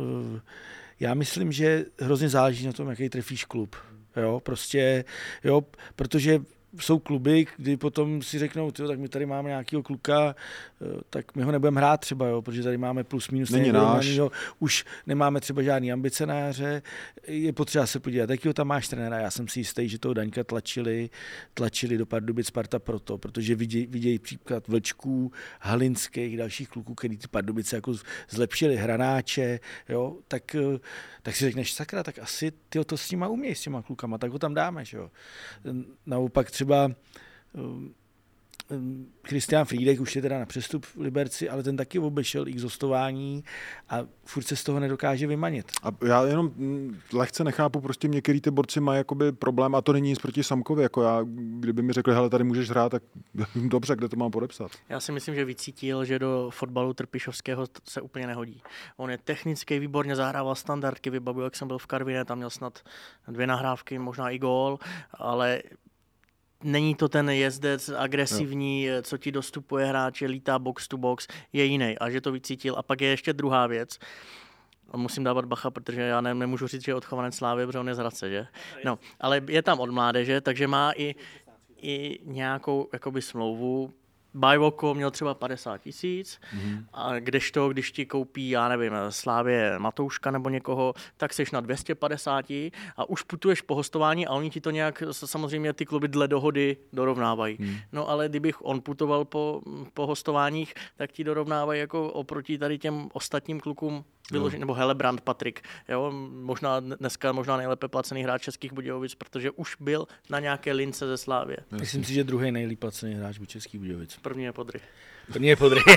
já myslím, že hrozně záleží na tom, jaký trefíš klub. Jo, prostě, jo, protože jsou kluby, kdy potom si řeknou, tyjo, tak my tady máme nějakého kluka, tak my ho nebudeme hrát třeba, jo, protože tady máme plus minus nejmenovanýho, už nemáme třeba žádný ambice na jaře, je potřeba se podívat, jakýho tam máš trenéra, já jsem si jistý, že toho Daňka tlačili, tlačili do Pardubic Sparta proto, protože vidějí, vidějí příklad Vlčků, Halinských, dalších kluků, který ty Pardubice jako zlepšili, Hranáče, jo, tak, tak si řekneš, sakra, tak asi tyjo, to s nima umějí, s těma klukama, tak ho tam dáme, jo. Naopak třeba Třeba Christian Friedek už je teda na přestup v Liberci, ale ten taky obešel x hostování a furt se z toho nedokáže vymanit. A já jenom lehce nechápu, prostě některý ty borci mají jakoby problém a to není nic proti Samkovi, jako já, kdyby mi řekli, hele, tady můžeš hrát, tak dobře, kde to mám podepsat. Já si myslím, že vycítil, že do fotbalu Trpišovského se úplně nehodí. On je technicky výborně zahrával standardky, vybavuji, jak jsem byl v Karviné, tam měl snad dvě nahrávky, možná i gól, ale není to ten jezdec agresivní, no. co ti dostupuje hráče, lítá box to box, je jiný a že to vycítil. A pak je ještě druhá věc. Musím dávat bacha, protože já ne, nemůžu říct, že je odchovanec Slávy, protože on je z Hradce, že? No, ale je tam od mládeže, takže má i, i nějakou jakoby smlouvu. Bajvoko měl třeba padesát tisíc, mm-hmm. a kdežto, když ti koupí, já nevím, Slávě Matouška nebo někoho, tak seš na dvě stě padesát a už putuješ po hostování a oni ti to nějak, samozřejmě ty kluby dle dohody dorovnávají. Mm. No ale kdybych on putoval po, po hostováních, tak ti dorovnávají jako oproti tady těm ostatním klukům, vyložen, no. nebo Helebrand Patrik, jo, možná dneska možná nejlépe placený hráč Českých Budějovic, protože už byl na nějaké lince ze Slávě. Myslím si, že druhý nejlíp placený hráč byl Českých Budějovic. První je Podry. První je Podry.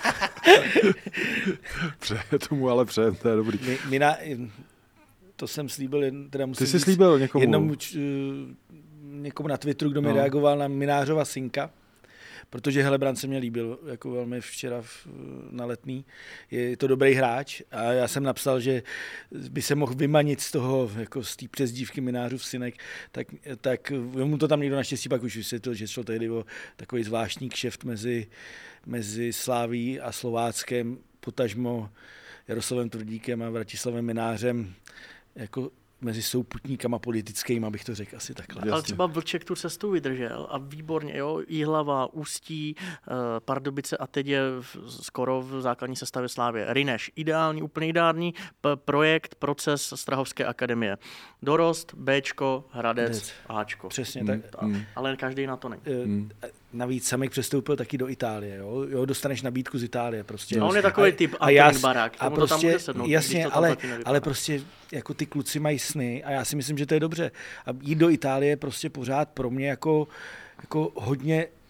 Přeje tomu, ale přeje, to je dobrý. My, my na, to jsem slíbil, teda musím Ty jsi slíbil někomu? Jednomu, někomu na Twitteru, kdo mi no. reagoval na Minářova synka, protože Helebrand se mě líbil jako velmi včera v, na Letný. Je to dobrý hráč a já jsem napsal, že by se mohl vymanit z toho, jako z té přezdívky Minářův synek, tak, tak mu to tam někdo naštěstí pak už vysvětlil, že šlo tehdy o takový zvláštní kšeft mezi, mezi Sláví a Slováckem, potažmo Jaroslavem Tvrdíkem a Vratislavem Minářem, jako mezi souputníkama politickými, abych to řekl asi takhle. Ale třeba Vlček tu cestu vydržel a výborně, jo, Jihlava, Ústí, Pardubice a teď je v, skoro v základní sestavě Slávě. Rineš, ideální, úplně ideální p- projekt, proces Strahovské akademie. Dorost, Bčko, Hradec, Ačko. Přesně hmm. tak. Hmm. Ale každý na to není. Hmm. Navíc Samek přestoupil taky do Itálie, jo, jo dostaneš nabídku z Itálie prostě. No, on je takový a, typ a já, Barák, a prostě, to tam může sednout, jasně, to ale, ale prostě jako ty kluci mají sny a já si myslím, že to je dobře. A jít do Itálie prostě pořád pro mě jako, jako hodně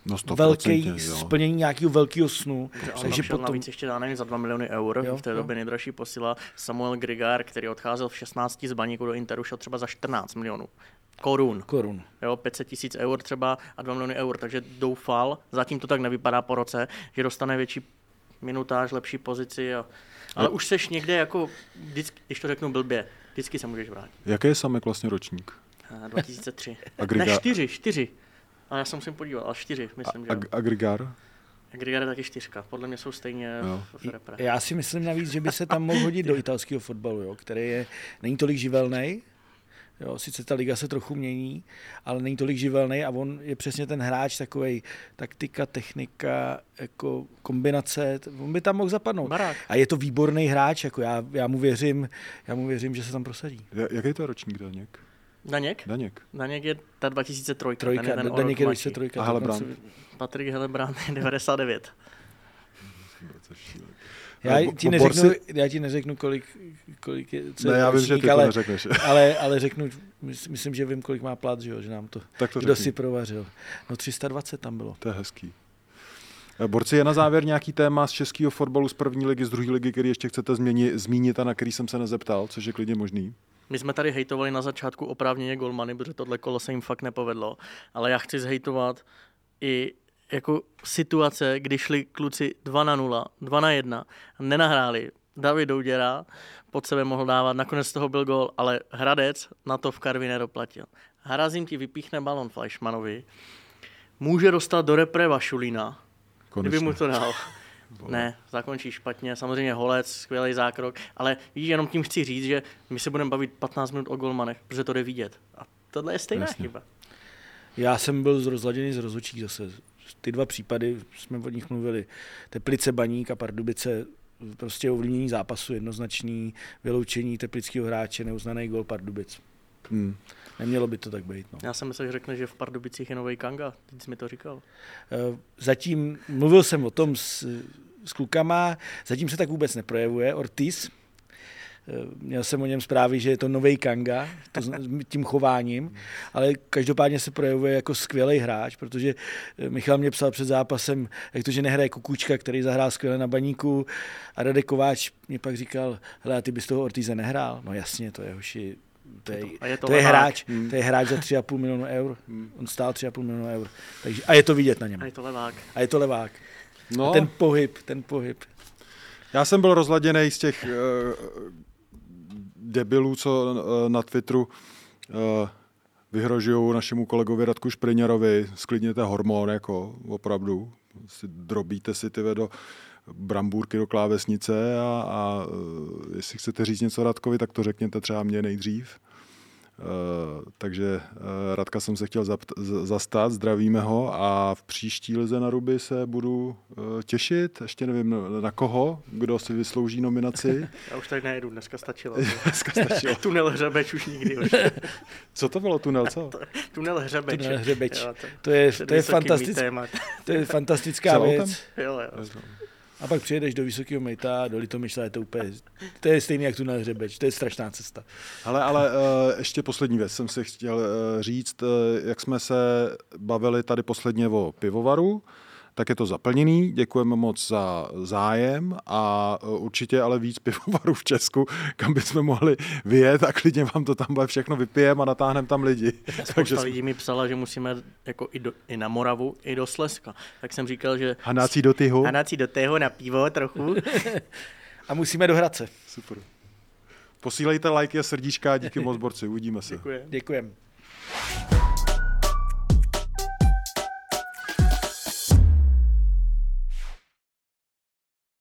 No velký splnění nějakého velkého snu. Takže potom navíc ještě dá nevím, za dva miliony eur, jo, v té jo. době nejdražší posila. Samuel Grigár, který odcházel v šestnácti z Baníku do Interu, šel třeba za čtrnáct milionů. Korun. Korun. Jo, pět set tisíc eur třeba a dva miliony eur, takže doufal, zatím to tak nevypadá po roce, že dostane větší minutáž, lepší pozici. A, ale no. už seš někde jako, vždycky, když to řeknu blbě, vždycky se můžeš vrátit. Jaký je Samek vlastně ročník? dva tisíce tři. Agriga... Ne, čtyři, čtyři. Ale já se musím podívat, ale čtyři, myslím, že. A, Agrigar? Agrigar je taky čtyřka, podle mě jsou stejně jo. v repre. Já si myslím navíc, že by se tam mohl hodit do italského fotbalu, jo, který je, není tolik živelný. Jo, sice ta liga se trochu mění, ale není tolik živelný a on je přesně ten hráč takovej taktika, technika, jako kombinace, on by tam mohl zapadnout. Barák. A je to výborný hráč, jako já, já mu věřím, já mu věřím, že se tam prosadí. Jaký to je ročník Daněk? Daněk? Daněk. Daněk je ta dva tisíce tři. Trojka, ten je ten Daněk je dva tisíce tři. A Helebrant? Patrik Helebrant je devadesát devět. Já ti, neřeknu, já ti neřeknu, kolik, kolik je... Co ne, já vím, že ty ale, to neřekneš. Ale, ale řeknu, myslím, že vím, kolik má plat, že, jo, že nám to, tak to kdo řekni. Si provařil. No tři sta dvacet tam bylo. To je hezký. Borci, je na závěr nějaký téma z českého fotbalu, z první ligy, z druhé ligy, který ještě chcete změnit, zmínit a na který jsem se nezeptal, což je klidně možný? My jsme tady hejtovali na začátku oprávněně golmany, protože tohle kolo se jim fakt nepovedlo, ale já chci zhejtovat i jako situace, kdy šli kluci dva na nula, dva na jedna, nenahráli. David Douděra pod sebe mohl dávat, nakonec z toho byl gól, ale Hradec na to v Karvi nedoplatil. Harazim ti vypíchne balon Fleischmannovi, může dostat do repre Vašulína, kdyby mu to dal. Ne, zakončí špatně, samozřejmě Holec, skvělý zákrok, ale víš, jenom tím chci říct, že my se budeme bavit patnáct minut o golmanech, protože to jde vidět. A tohle je stejná Jasně. chyba. Já jsem byl rozladěný z rozhodčích zase. Ty dva případy, jsme o nich mluvili, Teplice, Baník a Pardubice, prostě ovlivnění zápasu jednoznačný, vyloučení teplického hráče, neuznaný gól Pardubic. Hmm. Nemělo by to tak být. No. Já jsem myslel, že řekne, že v Pardubicích je novej Kanga, teď jsi mi to říkal. Zatím, mluvil jsem o tom s, s klukama, zatím se tak vůbec neprojevuje, Ortiz. Měl jsem o něm zprávy, že je to novej Kanga, to, tím chováním, ale každopádně se projevuje jako skvělý hráč, protože Michal mě psal před zápasem, jak to, že nehraje Kukučka, který zahrál skvěle na Baníku, a Radek Kováč mě pak říkal, hele, a ty bys toho Ortize nehrál? No jasně, to je hoši, to je, je to, to je hráč, hmm. to je hráč za tři a půl milionu eur, hmm. on stál tři a půl milionu eur, takže, a je to vidět na něm. A je to levák. A je to levák. No. A ten pohyb, ten pohyb. Já jsem byl rozladěnej z těch uh, debilů, co uh, na Twitteru uh, vyhrožují našemu kolegovi Radku Špriňarovi, sklidněte hormon, jako opravdu, si drobíte si ty do brambůrky do klávesnice a, a uh, jestli chcete říct něco Radkovi, tak to řekněte třeba mě nejdřív. Uh, takže uh, Radka jsem se chtěl zapt- z- zastat, zdravíme ho a v příští lize na Ruby se budu uh, těšit, ještě nevím na, na koho, kdo si vyslouží nominaci. Já už tady nejedu, dneska stačilo. dneska stačilo. Tunel Hřebeč už nikdy už. Co to bylo tunel, co? Tunel Hřebeč. Tunel Hřebeč. Jo, to, to, je, to, je fantastic, to je fantastická věc. Jo, jo. A pak přijedeš do Vysokého Mejta, do Litomyšle, je to úplně, to je stejný jak tunel Hřebeč, to je strašná cesta. Ale, ale uh, ještě poslední věc jsem si chtěl uh, říct, uh, jak jsme se bavili tady posledně o pivovaru, tak je to zaplněný, děkujeme moc za zájem a uh, určitě ale víc pivovarů v Česku, kam bychom mohli vyjet a klidně vám to tam všechno vypijeme a natáhneme tam lidi. Spousta lidí mi psala, že musíme jako i, do, i na Moravu, i do Slezska. Tak jsem říkal, že... Hanácí do Tyhu. Hanácí do Tyhu na pivo trochu. A musíme do Hradce. Super. Posílejte lajky a srdíčka, díky moc borci, uvidíme se. Děkujem. Děkujem.